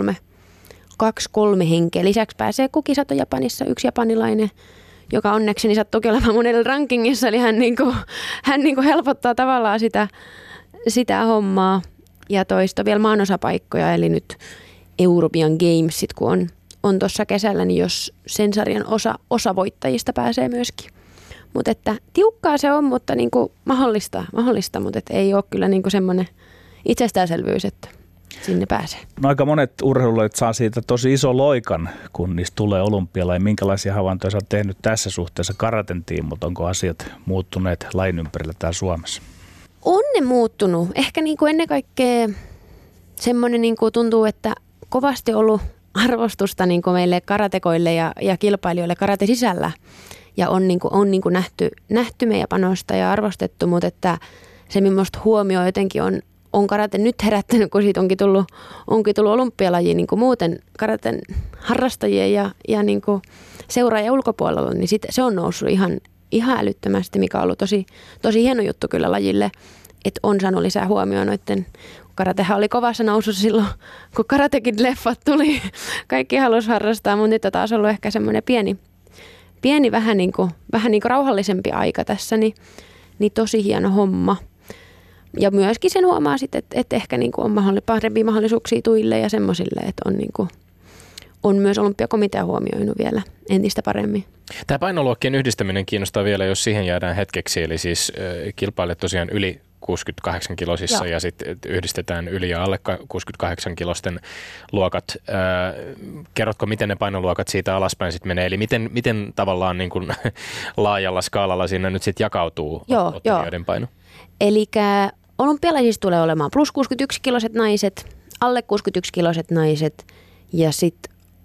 2-3 henkeä. Lisäksi pääsee Kukisato Japanissa, 1 japanilainen, joka onneksi sattuu olemaan mun edellä rankingissa, eli hän helpottaa tavallaan sitä hommaa. Ja toista vielä maanosapaikkoja, eli nyt European Gamesit, kun on tuossa kesällä, niin jos sen sarjan osa voittajista pääsee myöskin. Mutta että tiukkaa se on, mutta niin kuin mahdollista, mutta et ei ole kyllä niin kuin semmoinen itsestäänselvyys, että sinne pääsee. No aika monet urheilulajit saa siitä tosi iso loikan, kun niistä tulee olympialaji. Minkälaisia havaintoja sä oot tehnyt tässä suhteessa karaten tiimot? Onko asiat muuttuneet lajin ympärillä täällä Suomessa? On ne muuttunut. Ehkä niin kuin ennen kaikkea semmoinen niin kuin tuntuu, että kovasti ollut arvostusta niin kuin meille karatekoille ja kilpailijoille karate sisällä. Ja on nähty meidän panosta ja arvostettu, mutta että se millaista huomioon jotenkin on karate nyt herättänyt, kun siitä onkin tullut olympialaji niin kuin muuten karaten harrastajien ja niin kuin seuraajien ulkopuolella, niin se on noussut ihan älyttömästi, mikä on ollut tosi hieno juttu kyllä lajille, että on saanut lisää huomioon noitten. Karatehan oli kovassa nousussa silloin, kun karatekin leffat tuli. Kaikki halusi harrastaa, mutta nyt on taas ollut ehkä semmoinen pieni vähän niin kuin rauhallisempi aika tässä, niin tosi hieno homma. Ja myöskin sen huomaa sitten, että ehkä niin kuin on parempia mahdollisuuksia tuille ja semmoisille, että on myös olympiakomitea huomioinut vielä entistä paremmin. Tämä painoluokkien yhdistäminen kiinnostaa vielä, jos siihen jäädään hetkeksi. Eli siis kilpailijat tosiaan yli 68-kilosissa ja sitten yhdistetään yli ja alle 68-kilosten luokat. Kerrotko, miten ne painoluokat siitä alaspäin sitten menee? Eli miten tavallaan niin kuin laajalla skaalalla siinä nyt sitten jakautuu ottelijoiden paino? Eli olympialaisissa tulee olemaan plus 61-kiloiset naiset, alle 61-kiloiset naiset ja sitten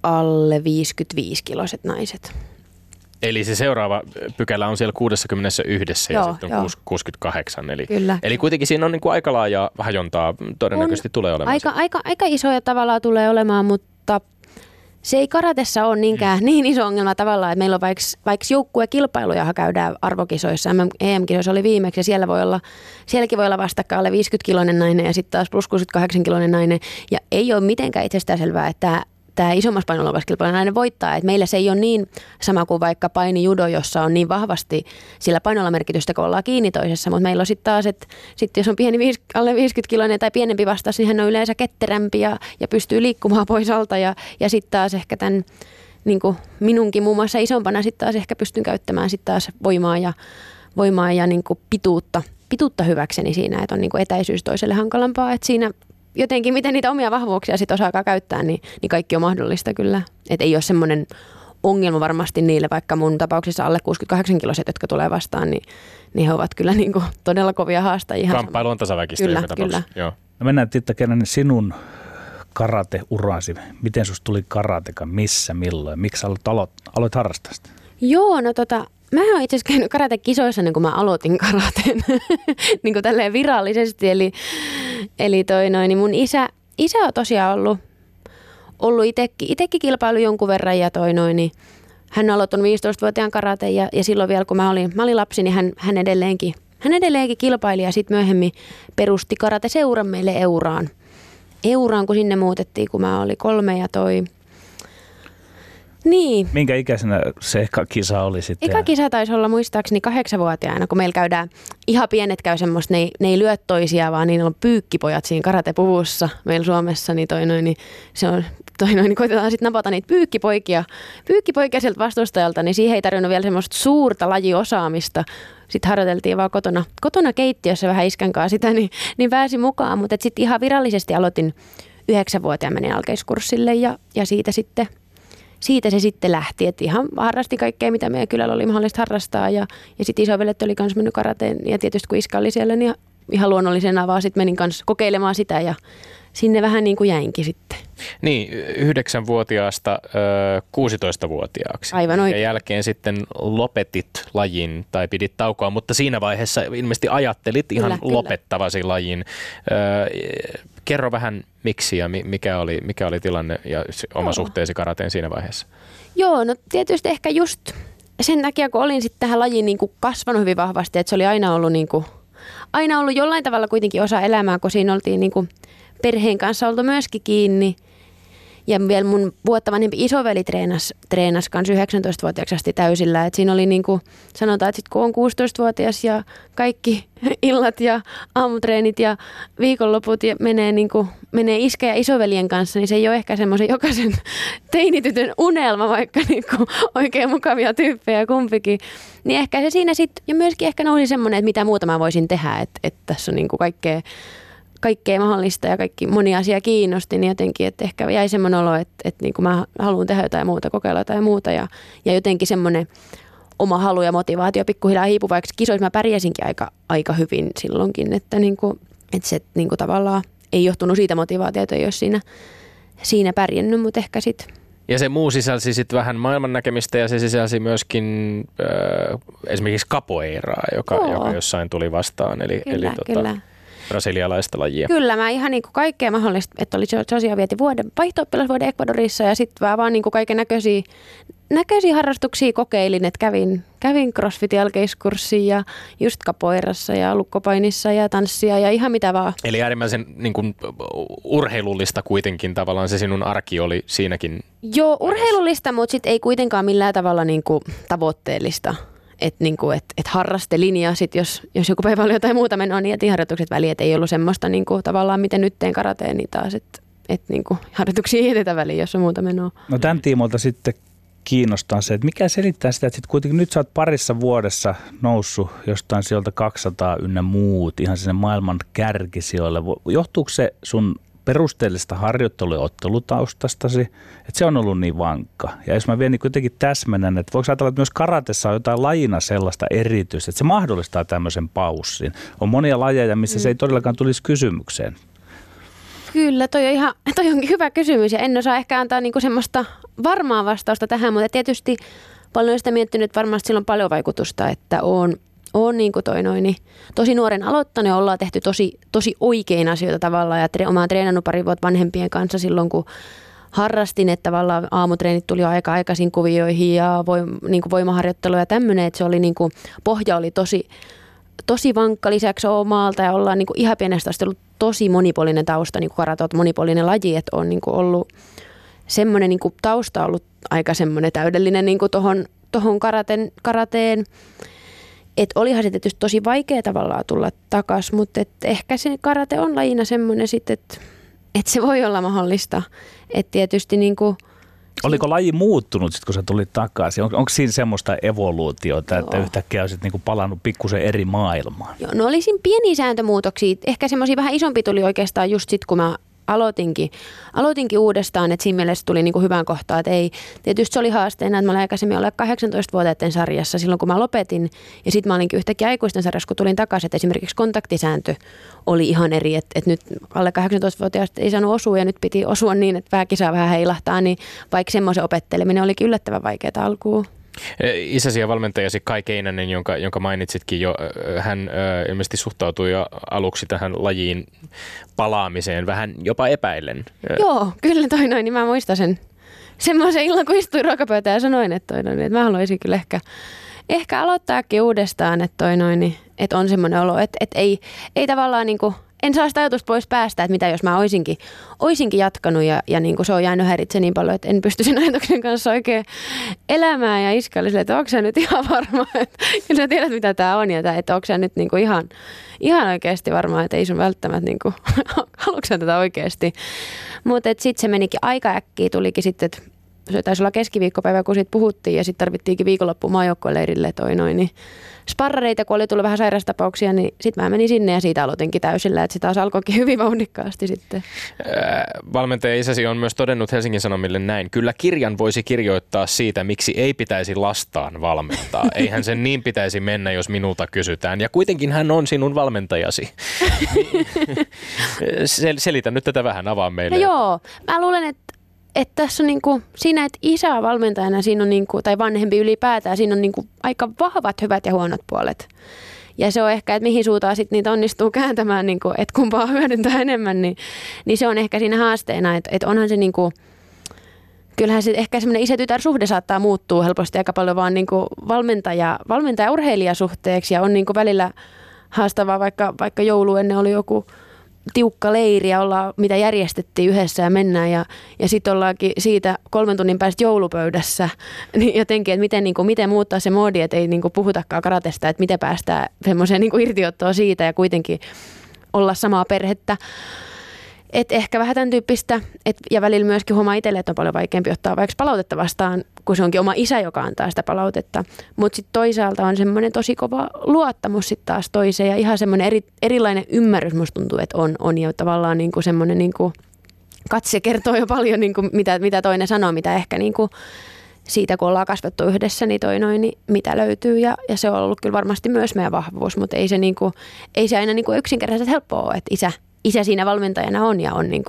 alle 55-kiloiset naiset. Eli se seuraava pykälä on siellä 61 ja sitten on 68. Eli kuitenkin siinä on niin kuin aika laaja hajontaa todennäköisesti tulee olemaan. Aika isoja tavallaan tulee olemaan, mutta se ei karatessa ole niin iso ongelma tavallaan, että meillä on vaikka joukkuekilpailuja käydään arvokisoissa. EM-kisoissa oli viimeksi ja sielläkin voi olla vastakkain alle 50-kiloinen nainen ja sitten taas plus 68-kiloinen nainen. Ja ei ole mitenkään itsestäänselvää, että tämä isommassa painoluokassa kilpailun nainen voittaa. Että meillä se ei ole niin sama kuin vaikka painijudo, jossa on niin vahvasti sillä painolla merkitystä, kun ollaan kiinni toisessa. Mutta meillä on sitten taas, että jos on pieni alle 50-kiloinen tai pienempi vastaus, niin hän on yleensä ketterämpi ja pystyy liikkumaan pois alta. Ja sitten taas ehkä tämän niin kuin minunkin muun muassa isompana sitten taas ehkä pystyn käyttämään sitten taas voimaa ja niin kuin pituutta hyväkseni siinä, että on niin kuin etäisyys toiselle hankalampaa. Että siinä jotenkin, miten niitä omia vahvuuksia sitten osaakaan käyttää, niin kaikki on mahdollista kyllä. Että ei ole semmoinen ongelma varmasti niille, vaikka mun tapauksessa alle 68-kiloiset, jotka tulee vastaan, niin he ovat kyllä niin kuin todella kovia haastajia. Kamppailu on tasaväkistä joka tapauksessa. Joo. No mennään Titta Keränen sinun karateurasi. Miten susta tuli karateka? Missä, milloin? Miksi aloit harrastaa sitä? Joo, no mä oon itse asiassa käynyt karatekisoissa ennen kuin mä aloitin karateen niin kuin tälleen virallisesti. Eli niin mun isä on tosiaan ollut itsekin kilpailu jonkun verran ja niin hän on aloittanut 15-vuotiaan karateen ja silloin vielä kun mä olin lapsi, niin hän edelleenkin kilpaili ja sitten myöhemmin perusti karateseuran meille Euraan, kun sinne muutettiin, kun mä olin 3 ja Niin. Minkä ikäisenä se eka kisa oli sitten? Eka kisa taisi olla muistaakseni 8-vuotiaana, kun meillä käydään, ihan pienet käy semmoista, ne ei lyö toisia, vaan niillä on pyykkipojat siinä karatepuvussa meillä Suomessa, niin niin se on niin koitetaan sitten napata niitä pyykkipoikia sieltä vastustajalta, niin siihen ei tarvinnut vielä semmoista suurta lajiosaamista. Sitten harjoiteltiin vaan kotona keittiössä vähän iskän kanssa sitä, niin pääsi mukaan, mutta sitten ihan virallisesti aloitin 9-vuotiaan menin alkeiskurssille ja siitä se sitten lähti, että ihan harrasti kaikkea, mitä meidän kylällä oli mahdollista harrastaa ja sitten isovelet oli myös mennyt karateen ja tietysti kun iska oli siellä, niin ihan luonnollisena vaan sitten menin kanssa kokeilemaan sitä ja sinne vähän niin kuin jäinkin sitten. Niin, 9-vuotiaasta 16-vuotiaaksi. Aivan oikein. Ja jälkeen sitten lopetit lajin tai pidit taukoa, mutta siinä vaiheessa ilmeisesti ajattelit ihan lopettavasi lajin. Kerro vähän miksi ja mikä oli tilanne ja oma suhteesi karateen siinä vaiheessa? Joo, no tietysti ehkä just sen takia, kun olin sitten tähän lajiin niin kuin kasvanut hyvin vahvasti, että se oli aina ollut jollain tavalla kuitenkin osa elämää, kun siinä oltiin niin kuin perheen kanssa oltu myöskin kiinni. Ja vielä mun vuotta vanhempi isoveli treenasi kanssa 19-vuotiaaksi asti täysillä. Et siinä oli niin kuin, sanotaan, että sit kun on 16-vuotias ja kaikki illat ja aamutreenit ja viikonloput ja menee iskä ja isoveljen kanssa, niin se ei ole ehkä semmoisen jokaisen teinitytön unelma, vaikka niin kuin oikein mukavia tyyppejä kumpikin. Niin ehkä se siinä sitten, ja myöskin ehkä nousi semmoinen, että mitä muuta mä voisin tehdä, että tässä on niin kuin kaikkea mahdollista ja moni asia kiinnosti, niin jotenkin, että ehkä jäi semmoinen olo, että niin kuin mä haluan tehdä jotain muuta, kokeilla jotain muuta ja jotenkin semmoinen oma halu ja motivaatio pikkuhiljaa hiipui, vaikka kisoissa mä pärjäsinkin aika hyvin silloinkin, että se niin kuin tavallaan ei johtunut siitä motivaatiota, ei ole siinä pärjännyt, mutta ehkä sitten. Ja se muu sisälsi sitten vähän maailman näkemistä ja se sisälsi myöskin esimerkiksi capoeiraa, joka jossain tuli vastaan, eli kyllä. Brasilialaista lajia. Kyllä, mä ihan niin kuin kaikkea mahdollista, että oli tosiaan vieti vaihto-oppilasvuoden Ecuadorissa ja sitten vaan niin kuin kaiken näköisiä harrastuksia kokeilin, että kävin CrossFitin alkeiskurssin ja just capoeirassa ja lukkopainissa ja tanssia ja ihan mitä vaan. Eli äärimmäisen niin kuin urheilullista kuitenkin tavallaan se sinun arki oli siinäkin. Joo, urheilullista, mutta sitten ei kuitenkaan millään tavalla niin kuin tavoitteellista. Että niinku, et harrastelin ja sitten jos joku päivä oli jotain muuta menoa, niin jätin harjoitukset väliin, että ei ollut semmoista niinku, tavallaan miten nyt teen karateen, niin taas, että niinku, harjoituksia ei jätetä väliin, jos on muuta menoa. No tämän tiimoilta sitten kiinnostaa se, että mikä selittää sitä, että sit kuitenkin nyt sä oot parissa vuodessa noussut jostain sieltä 200 ynnä muut ihan sinne maailman kärkisijoille. Johtuuko se sun perusteellista harjoittelua ja ottelutaustastasi, että se on ollut niin vankka. Ja jos mä vielä niin kuitenkin täsmennän, että voiko ajatella, että myös karatessa on jotain lajina sellaista erityistä, että se mahdollistaa tämmöisen paussin. On monia lajeja, missä se ei todellakaan tulisi kysymykseen. Kyllä, toi onkin hyvä kysymys ja en osaa ehkä antaa niinku semmoista varmaa vastausta tähän, mutta tietysti paljon sitä miettinyt, että varmasti sillä on paljon vaikutusta, että on niinku tosi nuoren aloittanut ja ollaan tehty tosi oikein asioita tavallaan ja mä oon treenannut pari vuotta vanhempien kanssa silloin, kun harrastin, että tavallaan aamutreenit tuli aika aikaisin kuvioihin ja niinku voimaharjoittelu ja tämmöinen, että se oli niinku, pohja oli tosi vankka lisäksi omalta ja ollaan niinku ihan pienestä asti ollut tosi monipuolinen tausta, niinku karatot monipuolinen laji, että on niinku ollut semmoinen niinku tausta ollut aika semmoinen täydellinen niinku tohon karateen. Että olihan se tietysti tosi vaikea tavallaan tulla takaisin, mutta ehkä se karate on lajina semmoinen sitten, että se voi olla mahdollista. Että tietysti niinku... Oliko laji muuttunut sitten, kun sä tulit takaisin? Onko siinä semmoista evoluutiota, että yhtäkkiä olisit niinku palannut pikkusen eri maailmaan? Joo, no oli siinä pieniä sääntömuutoksia. Ehkä semmoisia vähän isompi tuli oikeastaan just sitten, kun mä aloitinkin uudestaan, että siinä mielessä tuli niinku hyvään kohtaan, että ei, tietysti se oli haasteena, että mä olin aikaisemmin olla 18-vuotiaiden sarjassa silloin, kun mä lopetin, ja sitten mä olinkin yhtäkkiä aikuisten sarjassa, kun tulin takaisin, että esimerkiksi kontaktisääntö oli ihan eri, että nyt alle 18-vuotiaista ei saanut osua, ja nyt piti osua niin, että pääkin saa vähän heilahtaa, niin vaikka semmoisen opetteleminen olikin yllättävän vaikeaa alkuun. Isäsi ja valmentajasi Kai Keinänen, jonka mainitsitkin jo, hän ilmeisesti suhtautui jo aluksi tähän lajiin palaamiseen vähän jopa epäillen. Joo, kyllä niin mä muistan sen semmoisen illan, kun istuin ruokapöytään ja sanoin, että mä haluaisin kyllä ehkä aloittaakin uudestaan, että että on semmoinen olo, että ei tavallaan niinku, en saa sitä ajatusta pois päästä, että mitä jos mä oisinkin jatkanut ja niin kuin se on jäänyt häiritse niin paljon, että en pysty sen ajatuksen kanssa oikein elämään ja iska oli silleen, että onko sä nyt ihan varma, että sä tiedät mitä tää on ja että onko sä nyt niin kuin ihan oikeasti varma, että ei sun välttämättä niin kuin, haluatko sä tätä oikeasti. Mutta sitten se menikin aika äkkiä, tulikin sitten, että se taisi olla keskiviikkopäivä, kun siitä puhuttiin ja sitten tarvittiinkin viikonloppuun maajoukkueleirille niin sparrareita, kun oli tullut vähän sairastapauksia, niin sitten mä menin sinne ja siitä aloitinkin täysillä, että se taas alkoikin hyvin vauhdikkaasti sitten. Valmentaja isäsi on myös todennut Helsingin Sanomille näin. Kyllä kirjan voisi kirjoittaa siitä, miksi ei pitäisi lastaan valmentaa. Eihän sen niin pitäisi mennä, jos minulta kysytään. Ja kuitenkin hän on sinun valmentajasi. Selitä nyt tätä vähän, avaa meille. No joo, mä luulen, että tässä on niinku, siinä, että isä on valmentajana siinä on niinku, tai vanhempi ylipäätään, siinä on niinku aika vahvat hyvät ja huonot puolet. Ja se on ehkä, että mihin suuntaan sitten niitä onnistuu kääntämään, niinku, että kumpaa hyödyntää enemmän, niin se on ehkä siinä haasteena, että onhan se niinku, kyllähän se ehkä semmoinen isä-tytär-suhde saattaa muuttua helposti aika paljon vaan niinku valmentaja-urheilijasuhteeksi ja on niinku välillä haastavaa, vaikka joulu ennen oli joku tiukka leiri ja mitä järjestettiin yhdessä ja mennään ja sitten ollaankin siitä 3 tunnin päästä joulupöydässä. Niin jotenkin, että miten muuttaa se moodi, että ei puhutakaan karatesta, että miten päästään semmoiseen irtiottoon siitä ja kuitenkin olla samaa perhettä. Et ehkä vähän tämän tyyppistä, ja välillä myöskin huomaa itselle, että on paljon vaikeampi ottaa vaikka palautetta vastaan, kun se onkin oma isä, joka antaa sitä palautetta. Mutta sitten toisaalta on semmoinen tosi kova luottamus sitten taas toiseen, ja ihan semmoinen erilainen ymmärrys musta tuntuu, että on ja tavallaan semmoinen katse kertoo jo paljon, mitä toinen sanoo, mitä ehkä siitä, kun ollaan kasvettu yhdessä, niin niin mitä löytyy, ja se on ollut kyllä varmasti myös meidän vahvuus, mutta ei se aina yksinkertaisesti helppoa ole, että isä siinä valmentajana on ja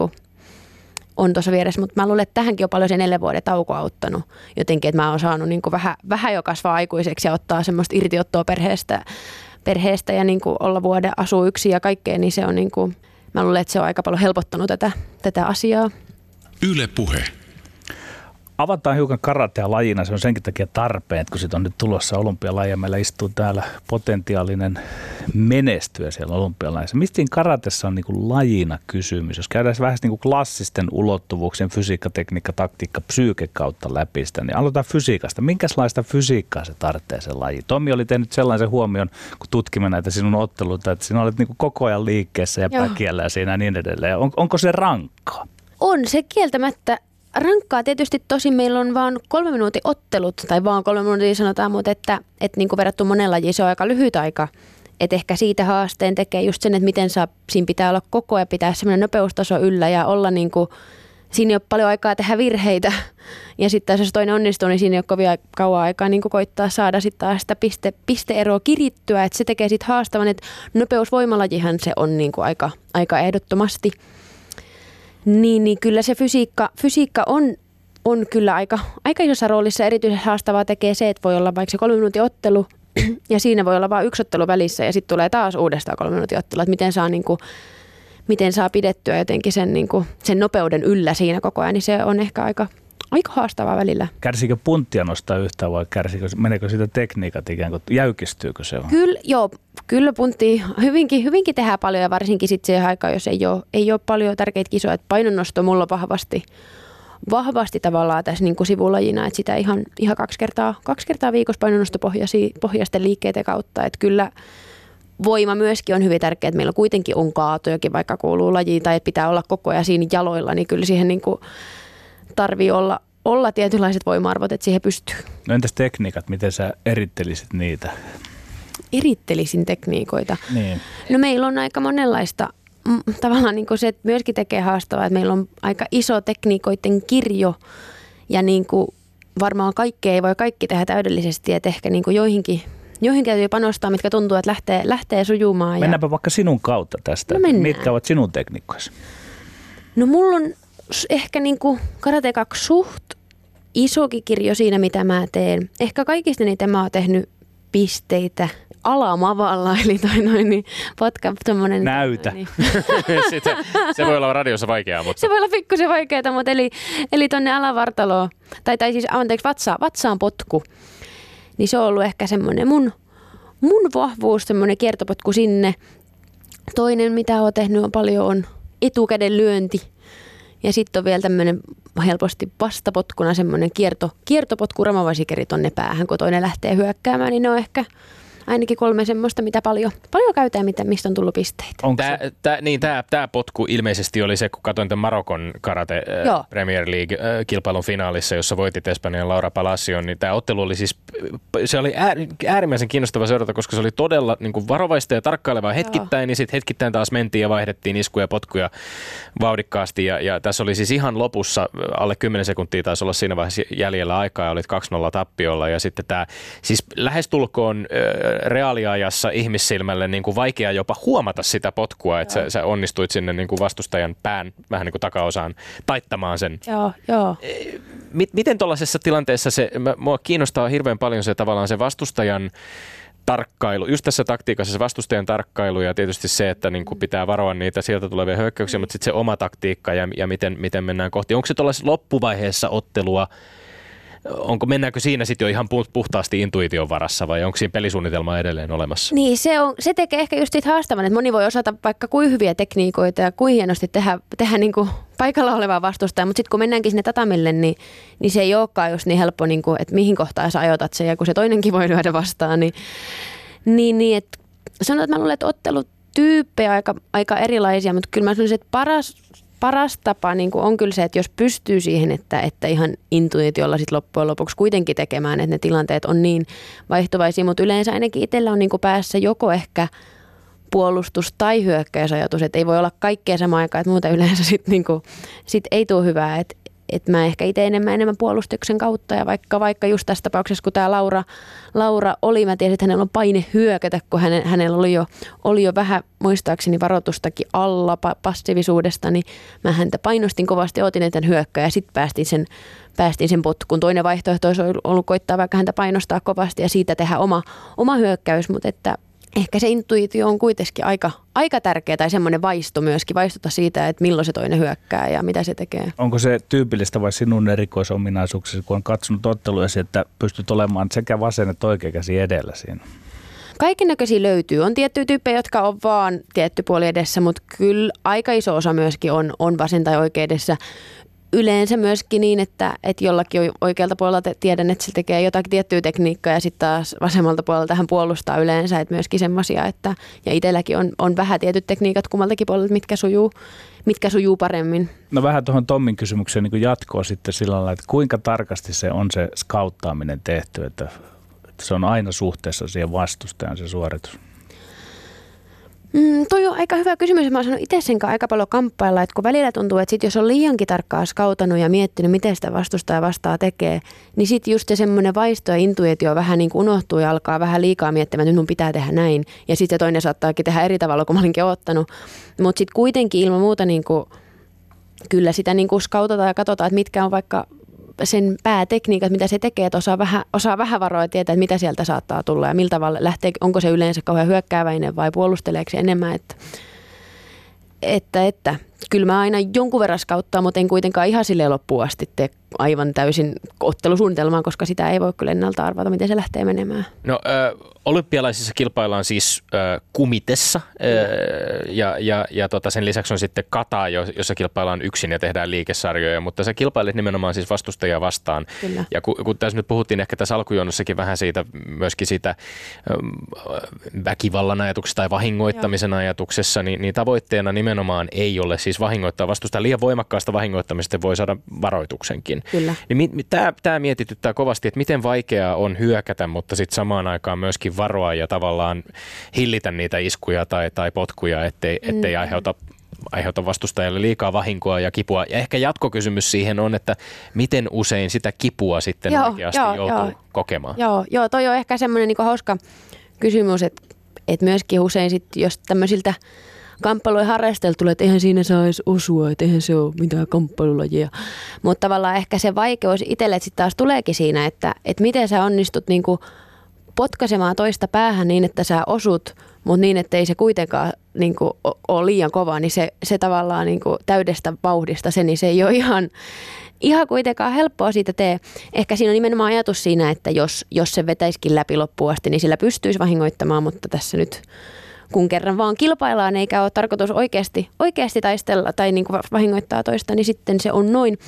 on tuossa vieressä, mutta mä luulen, että tähänkin on paljon se 4 vuoden tauko auttanut jotenkin, että mä oon saanut vähän jo kasvaa aikuiseksi ja ottaa semmoista irtiottoa perheestä ja olla vuoden asuu yksin ja kaikkea, niin se on mä luulen, että se on aika paljon helpottanut tätä asiaa. Yle Puhe. Avataan hiukan karatea lajina, se on senkin takia tarpeen, että kun sit on nyt tulossa olympialaji ja meillä istuu täällä potentiaalinen menestyjä siellä olympialaisessa. Mistä siinä karatessa on lajina kysymys? Jos käydään vähän klassisten ulottuvuuksien fysiikka, tekniikka, taktiikka, psyyke kautta läpi sitä, niin aloitetaan fysiikasta. Minkälaista fysiikkaa se tarvitsee se laji? Tomi oli tehnyt sellaisen huomion, kun tutkimme näitä sinun otteluita, että sinä olet koko ajan liikkeessä ja päkiällä ja siinä ja niin edelleen. Onko se rankkaa? On se kieltämättä. Rankkaa tietysti tosin meillä on vaan 3 minuutin ottelut, tai vaan 3 minuuttia sanotaan, mutta että verrattu monen lajiin se on aika lyhyt aika. Että ehkä siitä haasteen tekee just sen, että miten siinä pitää olla koko ajan, pitää semmoinen nopeustaso yllä ja olla siinä ei ole paljon aikaa tehdä virheitä. Ja sitten jos toinen onnistuu, niin siinä ei ole kovin kauan aikaa koittaa saada sitten taas sitä pisteeroa kirittyä. Että se tekee sitten haastavan, että nopeusvoimalajihan se on aika ehdottomasti. Niin kyllä se fysiikka on kyllä aika isossa roolissa. Erityisen haastavaa tekee se, että voi olla vaikka se 3 minuutin ottelu ja siinä voi olla vain 1 ottelu välissä ja sitten tulee taas uudestaan 3 minuutin ottelu. Että miten saa pidettyä jotenkin sen nopeuden yllä siinä koko ajan, niin se on ehkä aika haastavaa välillä. Kärsikö punttia nostaa yhtään vai meneekö siitä tekniikat ikään kuin, jäykistyykö se? Kyllä punttia hyvinkin tehdään paljon ja varsinkin sitten siihen aikaan, jos ei ole paljon tärkeitä kisoja, että painonnosto mulla on vahvasti tavallaan tässä niin kuin sivulajina, että sitä ihan 2 kertaa viikossa painonnostopohjaisten liikkeiden kautta, että kyllä voima myöskin on hyvin tärkeää, että meillä kuitenkin on kaatojakin, vaikka kuuluu lajiin tai että pitää olla koko ajan siinä jaloilla, niin kyllä siihen niin kuin tarvii olla tietynlaiset voima-arvot, että siihen pystyy. No entäs tekniikat, miten sä erittelisit niitä? Erittelisin tekniikoita? Niin. No meillä on aika monenlaista, tavallaan niin kuin se että myöskin tekee haastavaa, että meillä on aika iso tekniikoiden kirjo ja niin kuin varmaan kaikkea ei voi kaikki tehdä täydellisesti, että ehkä niin kuin joihinkin täytyy panostaa, mitkä tuntuu, että lähtee sujumaan. Mennäänpä vaikka sinun kautta tästä. No mennään. Mitkä ovat sinun tekniikkoisi? No mulla on ehkä niin kuin Karate 2 suht isokin kirjo siinä, mitä mä teen. Ehkä kaikista niitä mä oon tehnyt pisteitä alamavalla, eli niin tommonen. Näytä. Niin. Se voi olla radiossa vaikeaa, mutta... Se voi olla pikkusen vaikeaa, mutta eli tonne alavartaloon, tai siis vatsaan potku, niin se on ollut ehkä semmoinen mun vahvuus, semmoinen kiertopotku sinne. Toinen, mitä oon tehnyt on etukäden lyönti. Ja sitten on vielä tämmöinen helposti vastapotkuna semmoinen kiertopotku ramavasikeri tonne päähän, kun toinen lähtee hyökkäämään, niin ne on ehkä ainakin 3 semmoista, mitä paljon käytetään, mistä on tullut pisteitä. Tämä potku ilmeisesti oli se, kun katsoin tämän Marokon Karate Premier League-kilpailun finaalissa, jossa voitit Espanjan Laura Palacion, niin tämä ottelu oli siis, se oli äärimmäisen kiinnostava seurata, koska se oli todella niin kuin varovaista ja tarkkailevaa hetkittäin, niin sitten hetkittäin taas mentiin ja vaihdettiin iskuja ja potkuja vauhdikkaasti, ja tässä oli siis ihan lopussa, alle 10 sekuntia taisi olla siinä vaiheessa jäljellä aikaa, ja olit 2-0 tappiolla, ja sitten tämä siis lähestulkoon reaaliajassa ihmissilmälle niin kuin vaikea jopa huomata sitä potkua, että sä onnistuit sinne niin kuin vastustajan pään vähän niin kuin takaosaan taittamaan sen. Joo. Miten tuollaisessa tilanteessa mua kiinnostaa hirveän paljon se tavallaan se vastustajan tarkkailu, just tässä taktiikassa se vastustajan tarkkailu ja tietysti se, että niin kuin pitää varoa niitä sieltä tulevia hyökkäyksiä, mutta sitten se oma taktiikka ja miten mennään kohti. Onko se tuollaisessa loppuvaiheessa ottelua, mennäänkö siinä sitten jo ihan puhtaasti intuition varassa vai onko siinä pelisuunnitelma edelleen olemassa? Niin, se tekee ehkä just siitä haastavan, että moni voi osata vaikka kuin hyviä tekniikoita ja kuin hienosti tehdä niin kuin paikalla olevaa vastustajaa, mutta sitten kun mennäänkin sinne tatamille, niin se ei olekaan just niin helppo, niin kuin, että mihin kohtaan sä ajoitat sen ja kun se toinenkin voi lyödä vastaan, niin että sanotaan, että mä luulen, että ottelutyyppejä aika erilaisia, mutta kyllä mä sanoisin, että paras tapa niin kuin on kyllä se, että jos pystyy siihen, että ihan intuitiolla sit loppujen lopuksi kuitenkin tekemään, että ne tilanteet on niin vaihtuvaisia, mutta yleensä ainakin itsellä on niin kuin päässä joko ehkä puolustus tai hyökkäysajatus, että ei voi olla kaikkea samaan aikaan, että muuta yleensä sit ei tule hyvää, että mä ehkä itse enemmän puolustuksen kautta ja vaikka just tässä tapauksessa, kun tämä Laura oli, mä tiesin, että hänellä on paine hyökätä, kun hänellä oli jo vähän muistaakseni varoitustakin alla passiivisuudesta, niin mä häntä painostin kovasti, otin että hän hyökkää ja sitten päästiin sen potkuun. Toinen vaihtoehto olisi ollut koittaa vaikka häntä painostaa kovasti ja siitä tehdä oma hyökkäys, mutta että ehkä se intuitio on kuitenkin aika tärkeä tai semmoinen vaisto myöskin, vaistuta siitä, että milloin se toinen hyökkää ja mitä se tekee. Onko se tyypillistä vai sinun erikoisominaisuuksesi, kun on katsonut otteluja, että pystyt olemaan sekä vasen että oikea käsi edellä siinä? Kaikennäköisiä löytyy. On tiettyjä tyyppejä, jotka on vaan tietty puoli edessä, mutta kyllä aika iso osa myöskin on vasen tai oikea edessä. Yleensä myöskin niin, että jollakin oikealta puolelta tiedän, että se tekee jotakin tiettyä tekniikkaa ja sitten taas vasemmalta puolelta hän puolustaa yleensä, että myöskin semmoisia, että ja itselläkin on vähän tietyt tekniikat kummaltakin puolelta, mitkä sujuu paremmin. No vähän tuohon Tommin kysymykseen niin jatkoa sitten sillä lailla, että kuinka tarkasti se on se skauttaaminen tehty, että se on aina suhteessa siihen vastustajan se suoritus? Toi on aika hyvä kysymys. Mä oon sanonut itse sen aika paljon kamppailla, että kun välillä tuntuu, että sit jos on liiankin tarkkaan skautanut ja miettinyt, miten sitä vastustaja vastaa tekee, niin sitten just se semmoinen vaisto ja intuitio vähän niin kuin unohtuu ja alkaa vähän liikaa miettimään, että nyt mun pitää tehdä näin. Ja sitten se toinen saattaakin tehdä eri tavalla, kuin mä olinkin oottanut. Mutta sitten kuitenkin ilman muuta niin kuin kyllä sitä niin kuin skautataan ja katsotaan, että mitkä on vaikka sen päätekniikat, mitä se tekee, että osaa vähän varoa ja tietää, että mitä sieltä saattaa tulla ja miltä tavalla lähtee, onko se yleensä kauhean hyökkääväinen vai puolusteleeko se enemmän, että kyllä mä aina jonkun verran skauttaa, mutta en kuitenkaan ihan silleen loppuun asti tee aivan täysin ottelusuunnitelmaa, koska sitä ei voi kyllä ennalta arvata, miten se lähtee menemään. No olympialaisissa kilpaillaan siis kumitessa ja sen lisäksi on sitten kata, jossa kilpaillaan yksin ja tehdään liikesarjoja, mutta sä kilpailet nimenomaan siis vastustajia vastaan. Kyllä. Ja kun tässä nyt puhuttiin ehkä tässä alkujuonnossakin vähän siitä, myöskin siitä väkivallan ajatuksesta tai vahingoittamisen ajatuksessa, niin tavoitteena nimenomaan ei ole siis vahingoittaa vastustajaa. Liian voimakkaasta vahingoittamista voi saada varoituksenkin. Kyllä. Niin tämä mietityttää kovasti, että miten vaikeaa on hyökätä, mutta sitten samaan aikaan myöskin varoa ja tavallaan hillitä niitä iskuja tai potkuja, ettei aiheuta vastustajalle liikaa vahinkoa ja kipua. Ja ehkä jatkokysymys siihen on, että miten usein sitä kipua sitten oikeasti joutuu kokemaan. Joo, toi on ehkä semmoinen niinku hauska kysymys, että myöskin usein sit, jos tämmöisiltä kamppailujen harrastajilta tulee, että eihän siinä saa edes osua, että eihän se ole mitään kamppailulajia. Mutta tavallaan ehkä se vaikeus itselle sitten taas tuleekin siinä, että miten sä onnistut niinku potkaisemaan toista päähän niin, että sä osut, mutta niin, että ei se kuitenkaan niinku ole liian kova, niin se tavallaan niinku täydestä vauhdista niin se ei ole ihan kuitenkaan helppoa siitä tee. Ehkä siinä on nimenomaan ajatus siinä, että jos se vetäisikin läpi loppuun asti, niin sillä pystyisi vahingoittamaan, mutta tässä nyt kun kerran vaan kilpaillaan eikä ole tarkoitus oikeasti taistella tai niinku vahingoittaa toista, niin sitten se on noin.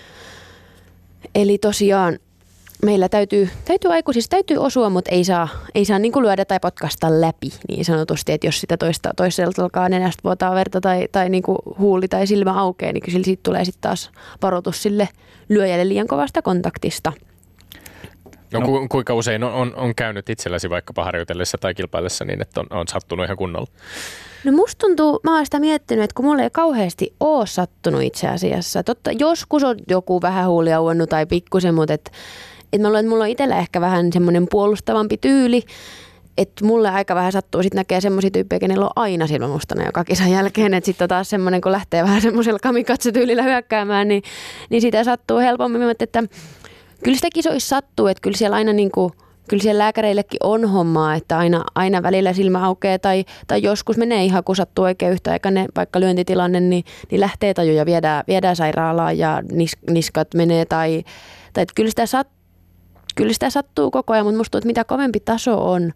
Eli tosiaan meillä täytyy aikuisissa täytyy osua, mutta ei saa niinku lyödä tai potkaista läpi niin sanotusti, että jos sitä toiselta alkaa nenästä vuotaa verta tai niinku huuli tai silmä aukeaa, niin kyllä siitä tulee sitten taas varoitus sille lyöjälle liian kovasta kontaktista. No. Kuinka usein on käynyt itselläsi vaikkapa harjoitellessa tai kilpaillessa niin, että on sattunut ihan kunnolla? No musta tuntuu, mä oon sitä miettinyt, että kun mulle ei kauheasti ole sattunut itse asiassa. Totta, joskus on joku vähän huuli auennut tai pikkusen, mutta että mulla on itsellä ehkä vähän semmoinen puolustavampi tyyli. Että mulle aika vähän sattuu, sitten näkee semmoisia tyyppejä, kenellä on aina silmä mustana joka kisan jälkeen. Että sitten taas semmoinen, kun lähtee vähän semmoisella kamikatse-tyylillä hyökkäämään, niin sitä sattuu helpommin. Että kyllä sitä kisoissa sattuu, että kyllä siellä aina kyllä siellä lääkäreillekin on hommaa, että aina välillä silmä aukeaa tai joskus menee ihan, kun sattuu oikein yhtäaikainen vaikka lyöntitilanne, niin lähtee taju ja viedään sairaalaan ja niskat menee tai että kyllä sitä sattuu koko ajan, mutta musta tuntuu, että mitä kovempi taso on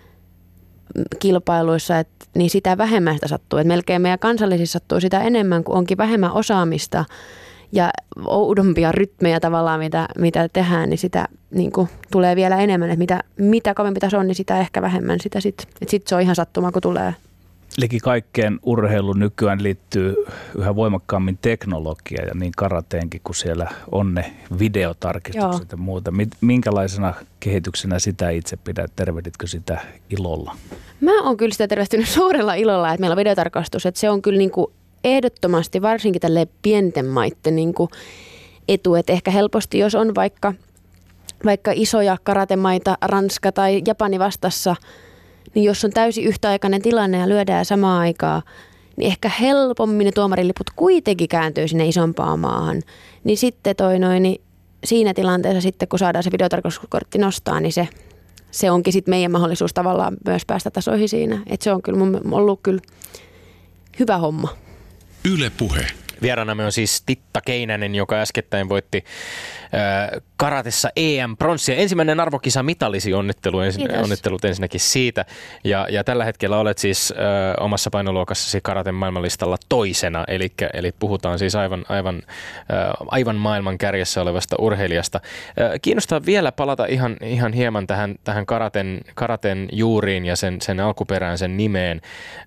kilpailuissa, niin sitä vähemmän sitä sattuu. Että melkein meidän kansallisissa sattuu sitä enemmän, kun onkin vähemmän osaamista ja oudompia rytmejä tavallaan, mitä tehdään, niin sitä niin kuin tulee vielä enemmän. Että mitä kovempi taso on, niin sitä ehkä vähemmän sitä sitten. Että sitten se on ihan sattuma, kun tulee. Liki kaikkeen urheiluun nykyään liittyy yhä voimakkaammin teknologia ja niin karateenkin, kun siellä on ne videotarkistukset ja muuta. Minkälaisena kehityksenä sitä itse pidät? Tervehditkö sitä ilolla? Mä oon kyllä sitä tervehtynyt suurella ilolla, että meillä on videotarkastus. Että se on kyllä niin kuin ehdottomasti varsinkin tälle pienten maitten niin kuin etu. Että ehkä helposti, jos on vaikka isoja karatemaita, Ranska tai Japani vastassa, niin jos on täysin yhtäaikainen tilanne ja lyödään samaan aikaan, niin ehkä helpommin ne tuomariliput kuitenkin kääntyy sinne isompaan maahan. Niin sitten niin siinä tilanteessa sitten, kun saadaan se videotarkastuskortti nostaa, niin se onkin sitten meidän mahdollisuus tavallaan myös päästä tasoihin siinä. Että se on kyllä ollut kyllä hyvä homma. Yle Puhe. Vieraanamme on siis Titta Keinänen, joka äskettäin voitti karatessa EM-pronssia. Ensimmäinen arvokisa mitalisi onnittelut ensinnäkin siitä. Ja tällä hetkellä olet siis omassa painoluokassasi karaten maailmanlistalla toisena. Eli puhutaan siis aivan maailman kärjessä olevasta urheilijasta. Kiinnostaa vielä palata ihan hieman tähän karaten juuriin ja sen alkuperään, sen nimeen.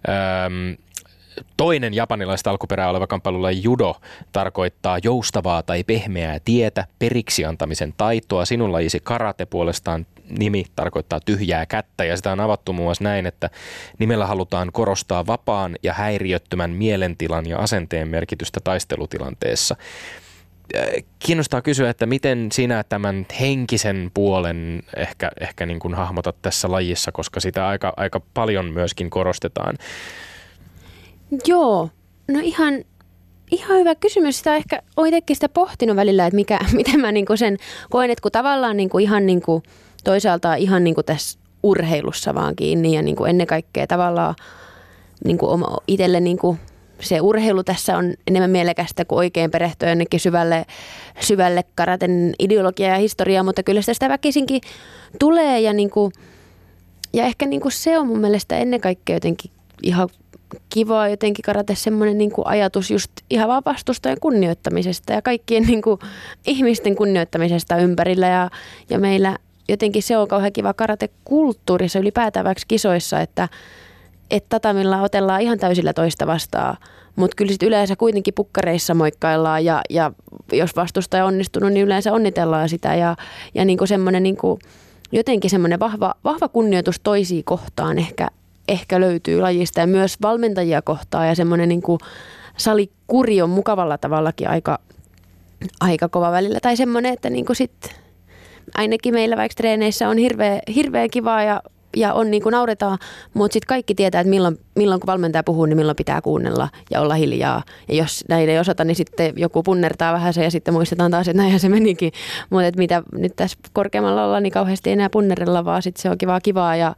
Toinen japanilaista alkuperää oleva kamppailulaji judo tarkoittaa joustavaa tai pehmeää tietä, periksi antamisen taitoa. Sinun lajisi karate puolestaan nimi tarkoittaa tyhjää kättä ja sitä on avattu muun muassa näin, että nimellä halutaan korostaa vapaan ja häiriöttömän mielentilan ja asenteen merkitystä taistelutilanteessa. Kiinnostaa kysyä, että miten sinä tämän henkisen puolen ehkä niin kuin hahmotat tässä lajissa, koska sitä aika paljon myöskin korostetaan. Joo, no ihan hyvä kysymys. Sitä ehkä olen itsekin sitä pohtinut välillä, että miten mä niinku sen koen, että kun tavallaan niinku ihan niinku, toisaalta ihan niinku tässä urheilussa vaan kiinni ja niinku ennen kaikkea tavallaan niinku itselle niinku se urheilu tässä on enemmän mielekästä kuin oikein perehtyä jonnekin syvälle karaten ideologiaa ja historiaa, mutta kyllä sitä väkisinkin tulee ja ehkä niinku se on mun mielestä ennen kaikkea jotenkin ihan kiva jotenkin karate semmoinen niinku ajatus just ihan vaan vastustajan kunnioittamisesta ja kaikkien niinku ihmisten kunnioittamisesta ympärillä ja meillä jotenkin se on kauhean kiva karate-kulttuurissa ylipäätään vaikka kisoissa, että tatamilla otellaan ihan täysillä toista vastaan, mutta kyllä sitten yleensä kuitenkin pukkareissa moikkaillaan ja jos vastustaja on onnistunut, niin yleensä onnitellaan sitä ja niinku semmoinen niinku, jotenkin semmoinen vahva kunnioitus toisiin kohtaan ehkä löytyy lajista ja myös valmentajia kohtaan ja semmoinen niinku salikuri on mukavalla tavallakin aika kova välillä tai semmoinen, että niinku sitten ainakin meillä vaikka treeneissä on hirveän kivaa ja on niin kuin nauretaan, mutta sitten kaikki tietää, että milloin kun valmentaja puhuu, niin milloin pitää kuunnella ja olla hiljaa. Ja jos näin ei osata, niin sitten joku punnertaa vähän se ja sitten muistetaan taas, että näinhän se menikin. Mutta mitä nyt tässä korkeammalla ollaan, niin kauheasti ei enää punnerella, vaan sitten se on kivaa ja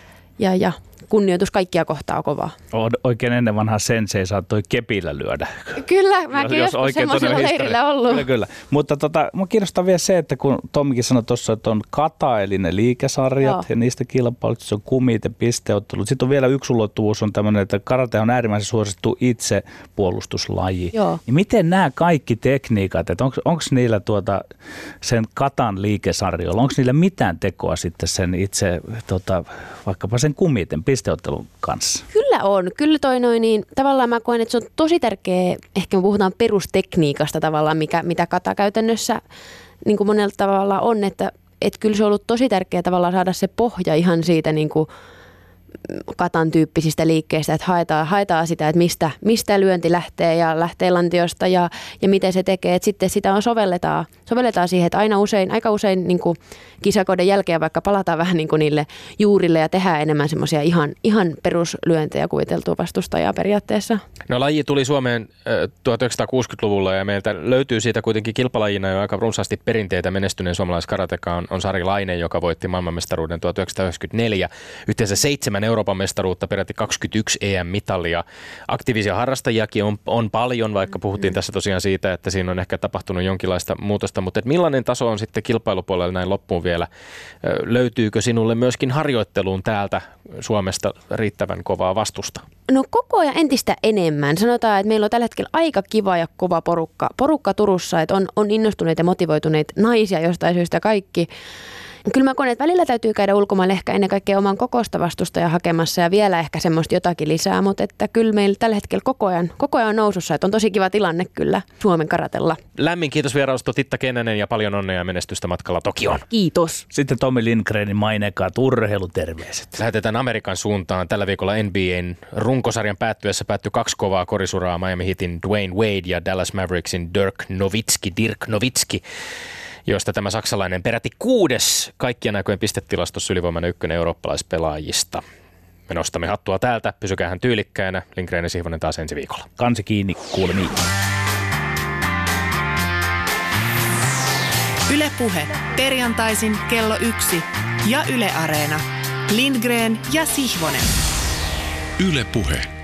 kunnioitus kaikkia kohtaa kovaa. Oikein ennen vanhaa sensei saattoi kepillä lyödä. Kyllä, mäkin joskus semmoisella leirillä ollut. Kyllä. Mutta mua kiinnostaa vielä se, että kun Tommikin sanoi tuossa, että on kata, eli ne liikesarjat ja niistä kilpailut, se on kumit ja pisteottelut. Sitten on vielä yksi ulottuvuus on tämmöinen, että karate on äärimmäisen suosittu itsepuolustuslaji. Joo. Ja miten nämä kaikki tekniikat, että onko niillä sen katan liikesarjoilla, onko niillä mitään tekoa sitten sen itse, vaikkapa sen kumiten pisteottelun kanssa? Kyllä on. Kyllä niin tavallaan mä koen, että se on tosi tärkeä, ehkä me puhutaan perustekniikasta tavallaan, mitä kata käytännössä niin kuin monella tavalla on, että kyllä se on ollut tosi tärkeä tavallaan saada se pohja ihan siitä niin kuin katan tyyppisistä liikkeistä, että haetaan sitä, että mistä lyönti lähtee ja lähtee lantiosta ja miten se tekee. Että sitten sitä sovelletaan siihen, että aika usein niin kuin kisakoiden jälkeen vaikka palataan vähän niin kuin niille juurille ja tehdään enemmän semmoisia ihan peruslyöntejä kuviteltua vastustajaa periaatteessa. No laji tuli Suomeen 1960-luvulla ja meiltä löytyy siitä kuitenkin kilpalajina jo aika runsaasti perinteitä. Menestyneen suomalaiskarateka on Sari Laine, joka voitti maailmanmestaruuden 1994. Yhteensä 7 Euroopan mestaruutta, peräti 21 EM-mitalia. Aktiivisia harrastajiakin on paljon, vaikka puhuttiin tässä tosiaan siitä, että siinä on ehkä tapahtunut jonkinlaista muutosta, mutta millainen taso on sitten kilpailupuolella näin loppuun vielä? Löytyykö sinulle myöskin harjoitteluun täältä Suomesta riittävän kovaa vastusta? No koko ajan entistä enemmän. Sanotaan, että meillä on tällä hetkellä aika kiva ja kova porukka Turussa, että on innostuneita ja motivoituneita naisia jostain syystä kaikki. Kyllä mä koen, että välillä täytyy käydä ulkomaille ehkä ennen kaikkea oman kokoista vastustajaa hakemassa ja vielä ehkä semmoista jotakin lisää, mutta että kyllä meillä tällä hetkellä koko ajan on nousussa, että on tosi kiva tilanne kyllä Suomen karatella. Lämmin kiitos vierailusta Titta Kennänen ja paljon onnea ja menestystä matkalla Tokioon. Kiitos. Sitten Tommi Lindgrenin mainekaat urheiluterveiset. Lähetetään Amerikan suuntaan. Tällä viikolla NBA:n runkosarjan päättyessä päättyi 2 kovaa korisuraa, Miami Heatin Dwayne Wade ja Dallas Mavericksin Dirk Nowitzki, josta tämä saksalainen peräti 6. kaikkien aikojen pistetilastossa ylivoimainen 1 eurooppalaispelaajista. Me nostamme hattua täältä, pysykäähän tyylikkäänä. Lindgren ja Sihvonen taas ensi viikolla. Kansi kiinni, kuulemiin. Yle Puhe, perjantaisin kello 1 ja Yle Areena. Lindgren ja Sihvonen. Yle Puhe.